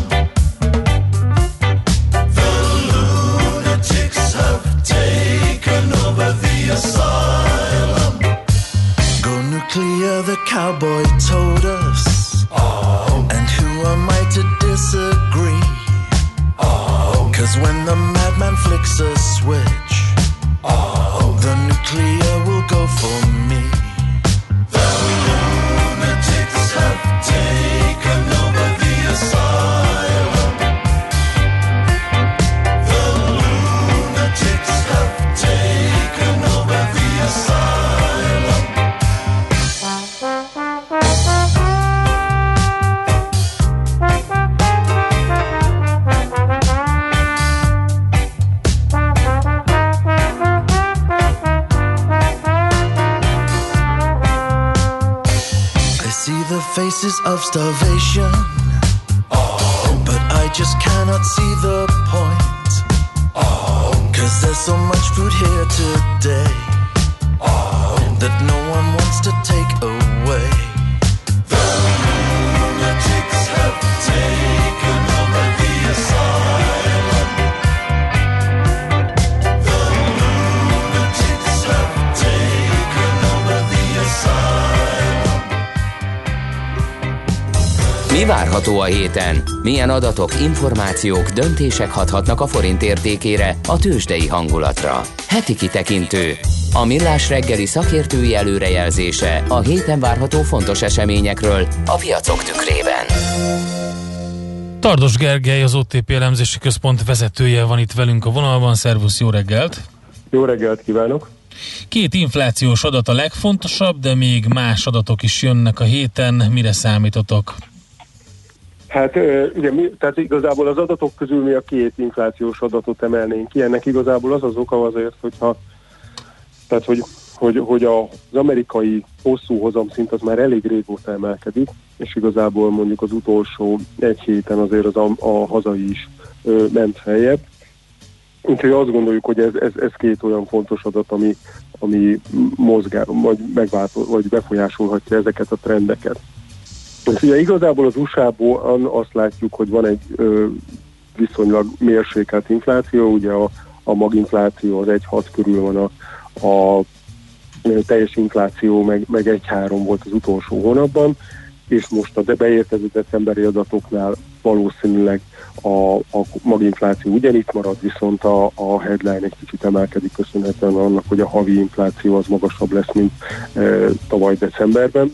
R: The lunatics have taken over the asylum. Nuclear, the cowboy told us. Oh. And who am I to disagree? Oh. 'Cause when the madman flicks a switch, oh, the nuclear will go for me. The lunatics have taken over the asylum. The lunatics have taken over the asylum. Faces of starvation, oh, but I just cannot see the point, oh, 'cause there's so much food here today, oh, that no one wants to take away. The lunatics have taken over the asylum. The lunatics have taken over the asylum.
K: Mi várható a héten? Milyen adatok, információk, döntések hathatnak a forint értékére, a tőzsdei hangulatra? Heti kitekintő. A Millás reggeli szakértői előrejelzése a héten várható fontos eseményekről a piacok tükrében.
G: Tardos Gergely, az OTP elemzési központ vezetője van itt velünk a vonalban. Szervusz, jó reggelt!
S: Jó reggelt kívánok!
G: Két inflációs adat a legfontosabb, de még más adatok is jönnek a héten. Mire számítotok?
S: Hát ugye tehát igazából az adatok közül mi a két inflációs adatot emelnénk ki. Ennek igazából az oka azért, hogy az amerikai hosszú hozamszint az már elég régóta emelkedik, és igazából mondjuk az utolsó egy héten azért a hazai is ment feljebb. Úgyhogy azt gondoljuk, hogy ez két olyan fontos adat, ami vagy befolyásolhatja ezeket a trendeket. És ugye igazából az USA-ban azt látjuk, hogy van egy viszonylag mérsékelt infláció, ugye a maginfláció az 1,6 körül van, a teljes infláció meg 1,3 volt az utolsó hónapban, és most a beérkező decemberi adatoknál valószínűleg a maginfláció ugyanitt marad, viszont a headline egy kicsit emelkedik köszönhetően annak, hogy a havi infláció az magasabb lesz, mint tavaly decemberben.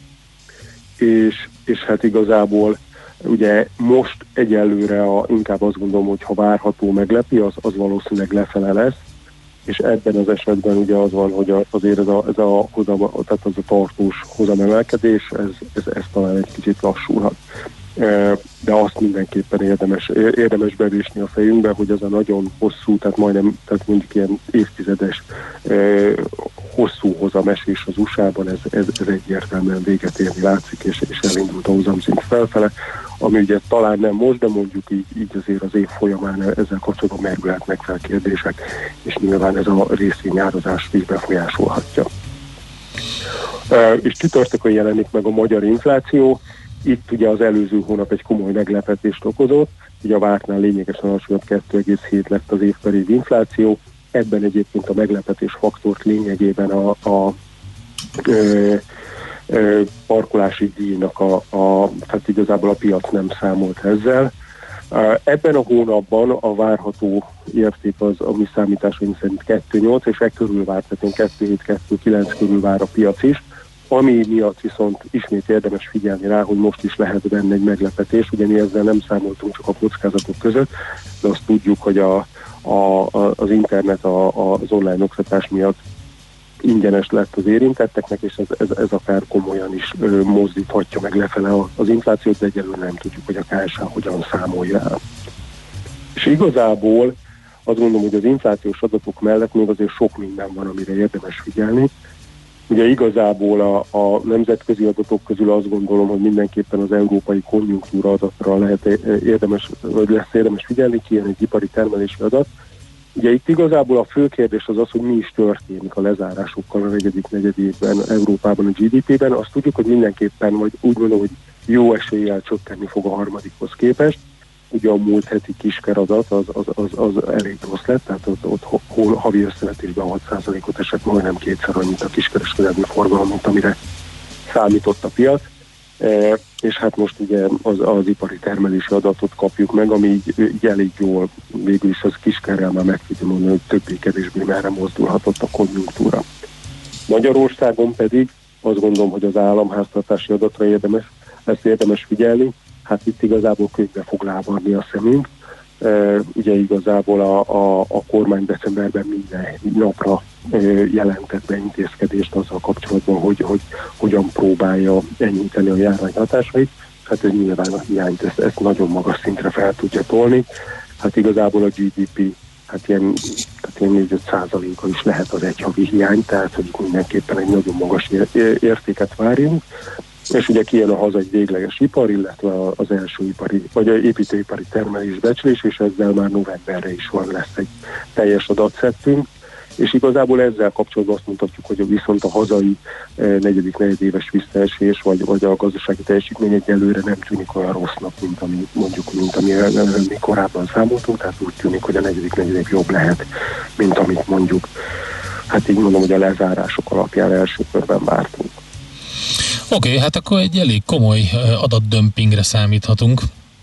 S: És hát igazából ugye most egyelőre inkább azt gondolom, hogy ha várható meglepi, az valószínűleg lefele lesz, és ebben az esetben ugye az van, hogy azért ez a tartós hozamemelkedés, ez talán egy kicsit lassulhat. De azt mindenképpen érdemes bevésni a fejünkbe, hogy az a nagyon hosszú, tehát mondjuk ilyen évtizedes hosszú hozamesés az USA-ban, ez egyértelműen véget érni látszik, és elindult a hozamszint felfele, ami ugye talán nem most, de mondjuk így azért az év folyamán ezzel kapcsolatban merülhetnek fel kérdések, és nyilván ez a részvényárazást is befolyásolhatja. És csütörtökön jelenik meg a magyar infláció. Itt ugye az előző hónap egy komoly meglepetést okozott, ugye a vártnál lényegesen alacsonyabb 2,7 lett az év per év infláció, ebben egyébként a meglepetés faktort lényegében a parkolási díjnak tehát igazából a piac nem számolt ezzel. Ebben a hónapban a várható érték az a mi számításaink szerint 2,8, és körül vár, tehát 2,7-2,9 körül vár a piac is, ami miatt viszont ismét érdemes figyelni rá, hogy most is lehet benne egy meglepetés, ugye mi ezzel nem számoltunk csak a kockázatok között, de azt tudjuk, hogy az internet az online oktatás miatt ingyenes lett az érintetteknek, és ez akár komolyan is mozdíthatja meg lefele az inflációt, de egyelőre nem tudjuk, hogy a KSH hogyan számolja el. És igazából azt gondolom, hogy az inflációs adatok mellett még azért sok minden van, amire érdemes figyelni. Ugye igazából a nemzetközi adatok közül azt gondolom, hogy mindenképpen az európai konjunktúra adatra lesz érdemes figyelni, ki ilyen egy ipari termelési adat. Ugye itt igazából a fő kérdés az, hogy mi is történik a lezárásokkal a negyedik negyedévben Európában a GDP-ben. Azt tudjuk, hogy mindenképpen, vagy úgy gondolom, hogy jó eséllyel csökkenni fog a harmadikhoz képest. Ugye a múlt heti kiskeradat az elég rossz lett, tehát ott havi összevetésben 6%-ot esett, majdnem kétszer annyit a kiskereskedelmi forgalom, mint amire számított a piac. És hát most ugye az ipari termelési adatot kapjuk meg, ami így elég jól, végül is az kiskerrel már meg tudja mondani, hogy többé-kevésbé merre mozdulhatott a konjunktúra. Magyarországon pedig azt gondolom, hogy az államháztartási adatra érdemes figyelni. Hát itt igazából könyvbe fog lábarni a szemünk. Ugye igazából a kormány decemberben minden napra jelentett be intézkedést azzal kapcsolatban, hogy hogyan próbálja enyhíteni a járvány hatásait. Hát ez nyilván a hiányt ezt nagyon magas szintre fel tudja tolni. Hát igazából a GDP ilyen 4-5%-a is lehet az egy havi hiány, tehát hogy mindenképpen egy nagyon magas értéket várjunk. És ugye kijön a hazai végleges ipar, illetve az első ipari, vagy a építőipari termelés becslés, és ezzel már novemberre is lesz egy teljes adatszettünk. És igazából ezzel kapcsolatban azt mondhatjuk, hogy viszont a hazai negyedik negyedéves visszaesés, vagy a gazdasági teljesítmény egyelőre nem tűnik olyan rossznak, mint ami mi korábban számoltunk, tehát úgy tűnik, hogy a negyedik negyedév jobb lehet, mint amit mondjuk, hát így mondom, hogy a lezárások alapján első körben vártunk.
G: Oké, hát akkor egy elég komoly adatdömpingre számíthatunk.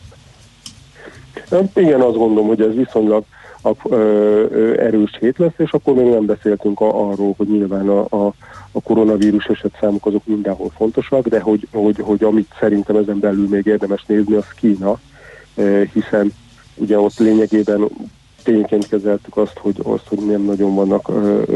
S: Igen, azt gondolom, hogy ez viszonylag erős hét lesz, és akkor még nem beszéltünk arról, hogy nyilván a koronavírus esetszámok azok mindenhol fontosak, de hogy amit szerintem ezen belül még érdemes nézni, az Kína, hiszen ugye ott lényegében tényként kezeltük azt, hogy nem nagyon vannak,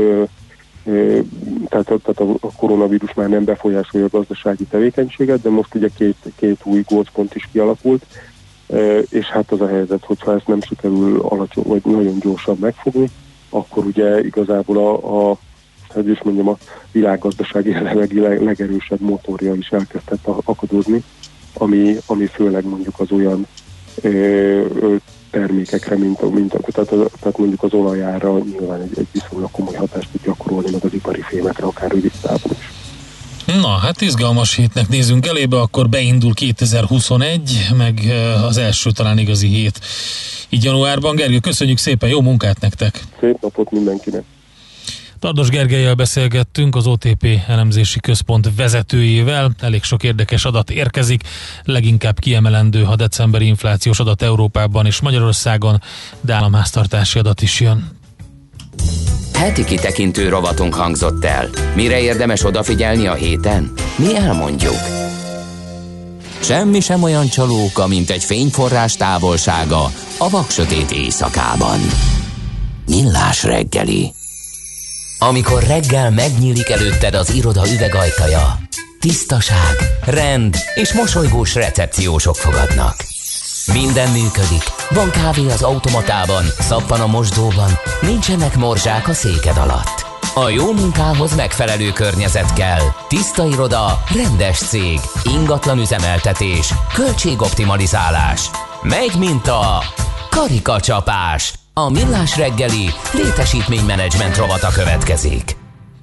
S: tehát a koronavírus már nem befolyásolja a gazdasági tevékenységet, de most ugye két új gócpont is kialakult, és hát az a helyzet, hogyha ezt nem sikerül alacsony, vagy nagyon gyorsan megfogni, akkor ugye igazából hogy is mondjam, a világgazdasági jelenlegi legerősebb motorja is elkezdett akadozni, ami főleg mondjuk az olyan termékekre, tehát mondjuk az olajára nyilván egy viszonylag komoly hatást tud gyakorolni, meg az ipari fémekre, akár rövid távon is.
G: Na, hát izgalmas hétnek nézünk elébe, akkor beindul 2021, meg az első talán igazi hét így januárban. Gergő, köszönjük szépen, jó munkát nektek!
S: Szép napot mindenkinek!
G: Tardos Gergellyel beszélgettünk, az OTP elemzési központ vezetőjével. Elég sok érdekes adat érkezik, leginkább kiemelendő a decemberi inflációs adat Európában és Magyarországon, de államháztartási adat is jön.
K: Heti kitekintő rovatunk hangzott el. Mire érdemes odafigyelni a héten? Mi elmondjuk. Semmi sem olyan csalóka, mint egy fényforrás távolsága a vaksötét éjszakában. Millás reggeli. Amikor reggel megnyílik előtted az iroda üvegajtaja, tisztaság, rend és mosolygós recepciósok fogadnak. Minden működik, van kávé az automatában, szappan a mosdóban, nincsenek morzsák a széked alatt. A jó munkához megfelelő környezet kell. Tiszta iroda, rendes cég, ingatlan üzemeltetés, költségoptimalizálás. Megy, mint a karikacsapás. A Millás reggeli létesítménymenedzsment rovata következik.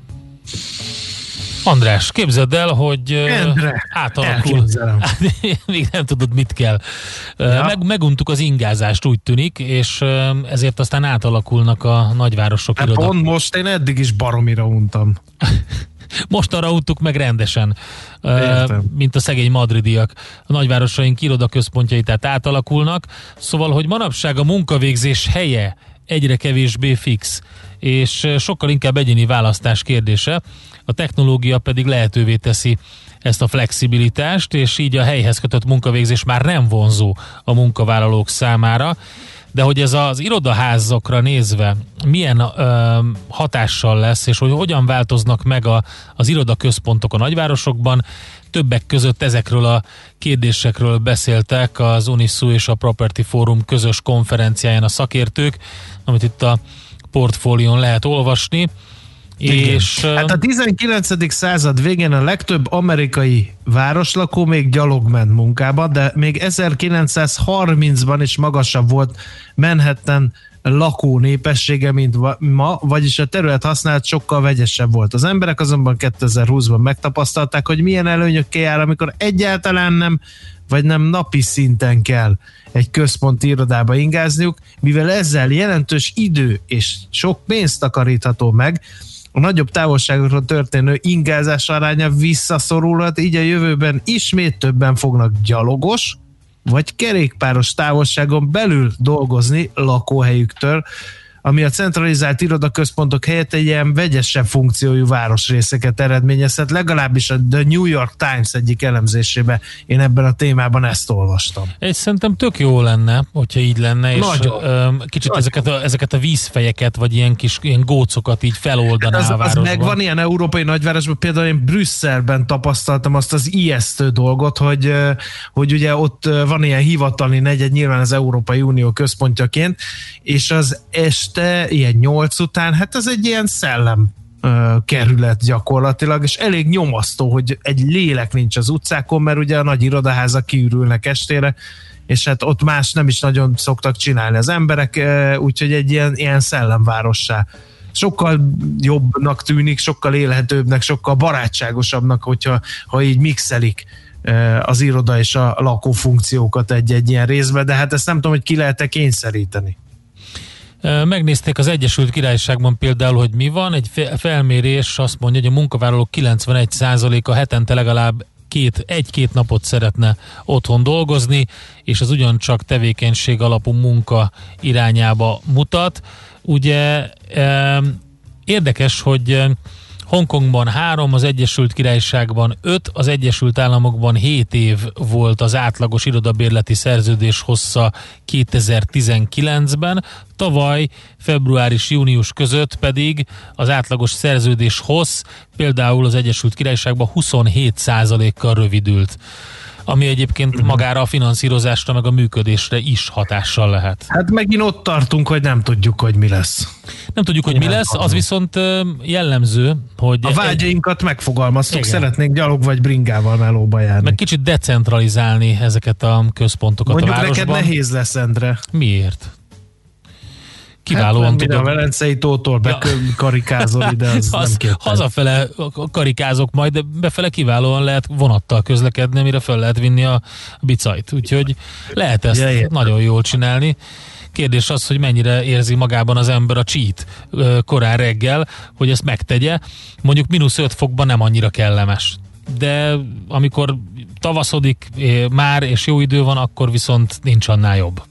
G: András, képzeld el, hogy átalakul. Még nem tudod, mit kell. Ja. Meguntuk az ingázást, úgy tűnik, és ezért aztán átalakulnak a nagyvárosok iroda.
H: Pont most én eddig is baromira untam.
G: Most arra untuk meg rendesen, mint a szegény madridiak. A nagyvárosaink irodaközpontjai tehát átalakulnak, szóval, hogy manapság a munkavégzés helye egyre kevésbé fix, és sokkal inkább egyéni választás kérdése. A technológia pedig lehetővé teszi ezt a flexibilitást, és így a helyhez kötött munkavégzés már nem vonzó a munkavállalók számára. De hogy ez az irodaházakra nézve milyen hatással lesz, és hogy hogyan változnak meg az irodaközpontok a nagyvárosokban, többek között ezekről a kérdésekről beszéltek az Unissu és a Property Forum közös konferenciáján a szakértők, amit itt a portfólión lehet olvasni. És
H: hát a 19. század végén a legtöbb amerikai városlakó még gyalog ment munkába, de még 1930-ban is magasabb volt Manhattan lakó népessége, mint ma, vagyis a terület használat sokkal vegyesebb volt. Az emberek azonban 2020-ban megtapasztalták, hogy milyen előnyökkel jár, amikor egyáltalán nem, vagy nem napi szinten kell egy központi irodába ingázniuk, mivel ezzel jelentős idő és sok pénzt takarítható meg, a nagyobb távolságokra történő ingázás aránya visszaszorulhat, így a jövőben ismét többen fognak gyalogos vagy kerékpáros távolságon belül dolgozni lakóhelyüktől, ami a centralizált irodaközpontok helyett egy ilyen vegyesebb funkciójú városrészeket eredményezhet, legalábbis a The New York Times egyik elemzésében én ebben a témában ezt olvastam.
G: És szerintem tök jó lenne, hogyha így lenne, és kicsit ezeket a vízfejeket, vagy ilyen gócokat így feloldaná a városban.
H: Az megvan ilyen európai nagyvárosban, például én Brüsszelben tapasztaltam azt az ijesztő dolgot, hogy ugye ott van ilyen hivatali negyed, nyilván az Európai Unió központjaként, és az ilyen 8 után, hát ez egy ilyen szellem kerület gyakorlatilag, és elég nyomasztó, hogy egy lélek nincs az utcákon, mert ugye a nagy irodaházak kiürülnek estére, és hát ott más nem is nagyon szoktak csinálni az emberek, úgyhogy egy ilyen szellemvárossá. Sokkal jobbnak tűnik, sokkal élhetőbbnek, sokkal barátságosabbnak, ha így mixelik az iroda és a lakófunkciókat egy ilyen részbe, de hát ezt nem tudom, hogy ki lehet-e kényszeríteni.
G: Megnézték az Egyesült Királyságban például, hogy mi van. Egy felmérés azt mondja, hogy a munkavállalók 91%-a hetente legalább egy-két napot szeretne otthon dolgozni, és az ugyancsak tevékenység alapú munka irányába mutat. Ugye érdekes, hogy Hongkongban 3, az Egyesült Királyságban 5, az Egyesült Államokban 7 év volt az átlagos irodabérleti szerződés hossza 2019-ben, tavaly február és június között pedig az átlagos szerződés hossz például az Egyesült Királyságban 27%-kal rövidült, ami egyébként magára a finanszírozásra meg a működésre is hatással lehet.
H: Hát megint ott tartunk, hogy nem tudjuk, hogy mi lesz.
G: Nem tudjuk, hogy mi lesz, az viszont jellemző, hogy...
H: A vágyainkat megfogalmaztuk, szeretnénk gyalog vagy bringával melóba járni.
G: Meg kicsit decentralizálni ezeket a központokat
H: mondjuk
G: a városban.
H: Mondjuk neked nehéz lesz, Endre.
G: Miért? Kiválóan
H: hát
G: tudod.
H: A Velencei tótól bekarikázol ide, az nem képtel.
G: Hazafele karikázok majd, de befele kiválóan lehet vonattal közlekedni, amire fel lehet vinni a bicajt. Úgyhogy lehet ezt nagyon jól csinálni. Kérdés az, hogy mennyire érzi magában az ember a cheat korán reggel, hogy ezt megtegye. Mondjuk -5 fokban nem annyira kellemes. De amikor tavaszodik már, és jó idő van, akkor viszont nincs annál jobb.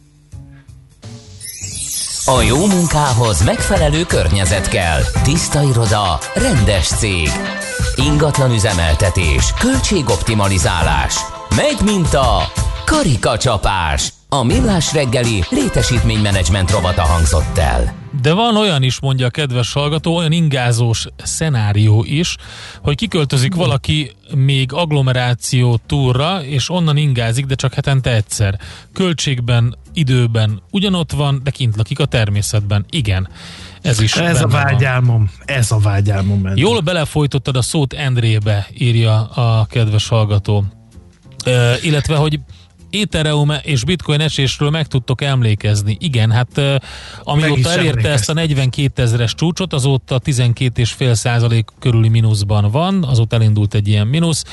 D: A jó munkához megfelelő környezet kell. Tiszta iroda, rendes cég. Ingatlan üzemeltetés, költségoptimalizálás. Megy mint a karikacsapás. A Millás reggeli létesítménymenedzsment rovata hangzott el.
G: De van olyan is, mondja a kedves hallgató, olyan ingázós szenárió is, hogy kiköltözik valaki még agglomeráció túrra, és onnan ingázik, de csak hetente egyszer. Költségben, időben ugyanott van, de kint lakik a természetben. Igen, ez is
H: ez a vágyálmom. Ez a vágyálmom.
G: Jól belefolytottad a szót Endrébe, írja a kedves hallgató. Illetve, hogy Ethereum és Bitcoin esésről meg tudtok emlékezni. Igen, hát amióta elérte ezt a 42 000-es csúcsot, azóta 12,5% körüli mínuszban van, azóta elindult egy ilyen mínusz.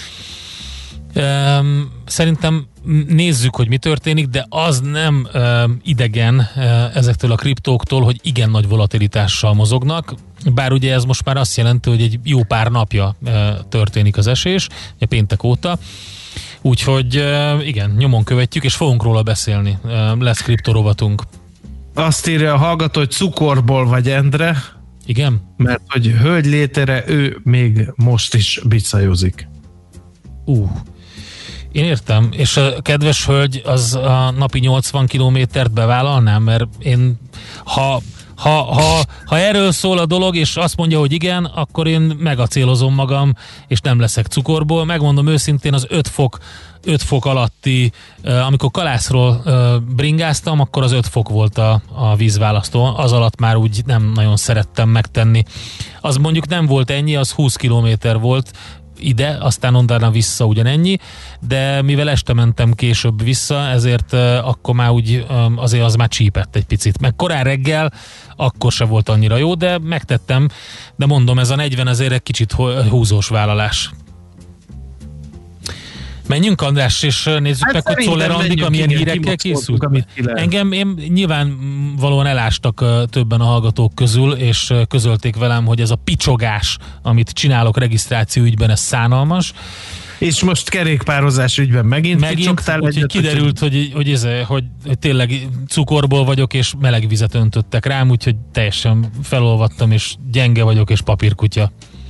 G: Szerintem nézzük, hogy mi történik, de az nem idegen ezektől a kriptóktól, hogy igen nagy volatilitással mozognak, bár ugye ez most már azt jelenti, hogy egy jó pár napja történik az esés, péntek óta. Úgyhogy igen, nyomon követjük, és fogunk róla beszélni. Lesz kriptorovatunk.
H: Azt írja a hallgató, hogy cukorból vagy, Endre.
G: Igen?
H: Mert hogy hölgy létere, ő még most is bicajozik.
G: Én értem, és a kedves hölgy az a napi 80 kilométert bevállalnám, mert én ha erről szól a dolog, és azt mondja, hogy igen, akkor én megacélozom magam, és nem leszek cukorból. Megmondom őszintén, az 5 fok alatti, amikor Kalászról bringáztam, akkor az 5 fok volt a vízválasztó. Az alatt már úgy nem nagyon szerettem megtenni. Az mondjuk nem volt ennyi, az 20 kilométer volt ide, aztán onnan vissza ugyanennyi, de mivel este mentem később vissza, ezért akkor már úgy azért az már csípett egy picit. Meg korán reggel akkor se volt annyira jó, de megtettem, de mondom, ez a 40 000 egy kicsit húzós vállalás. Menjünk, András, és nézzük meg, hogy Czoller Andika milyen hírekkel készült. Engem nyilvánvalóan elástak többen a hallgatók közül, és közölték velem, hogy ez a picsogás, amit csinálok regisztráció ügyben, ez szánalmas.
H: És most kerékpározás ügyben megint picsogtál
G: egyet. Kiderült, hogy tényleg cukorból vagyok, és meleg vizet öntöttek rám, úgyhogy teljesen felolvattam, és gyenge vagyok, és papírkutya.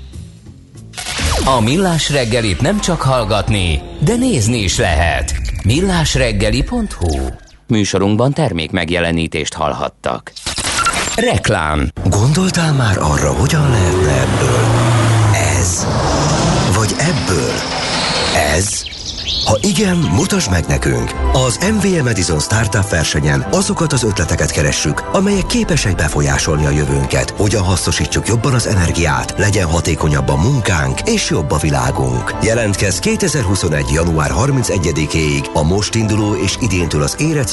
D: A Millás reggelit nem csak hallgatni, de nézni is lehet. millásreggeli.hu. Műsorunkban termék megjelenítést hallhattak. Reklám.
T: Gondoltál már arra, hogyan lehetne ebből ez? Vagy ebből ez? Ha igen, mutasd meg nekünk! Az MVM Edison Startup versenyen azokat az ötleteket keressük, amelyek képesek befolyásolni a jövőnket, hogyan hasznosítsuk jobban az energiát, legyen hatékonyabb a munkánk és jobb a világunk. Jelentkezz 2021. január 31-ig a most induló és idéntől az érett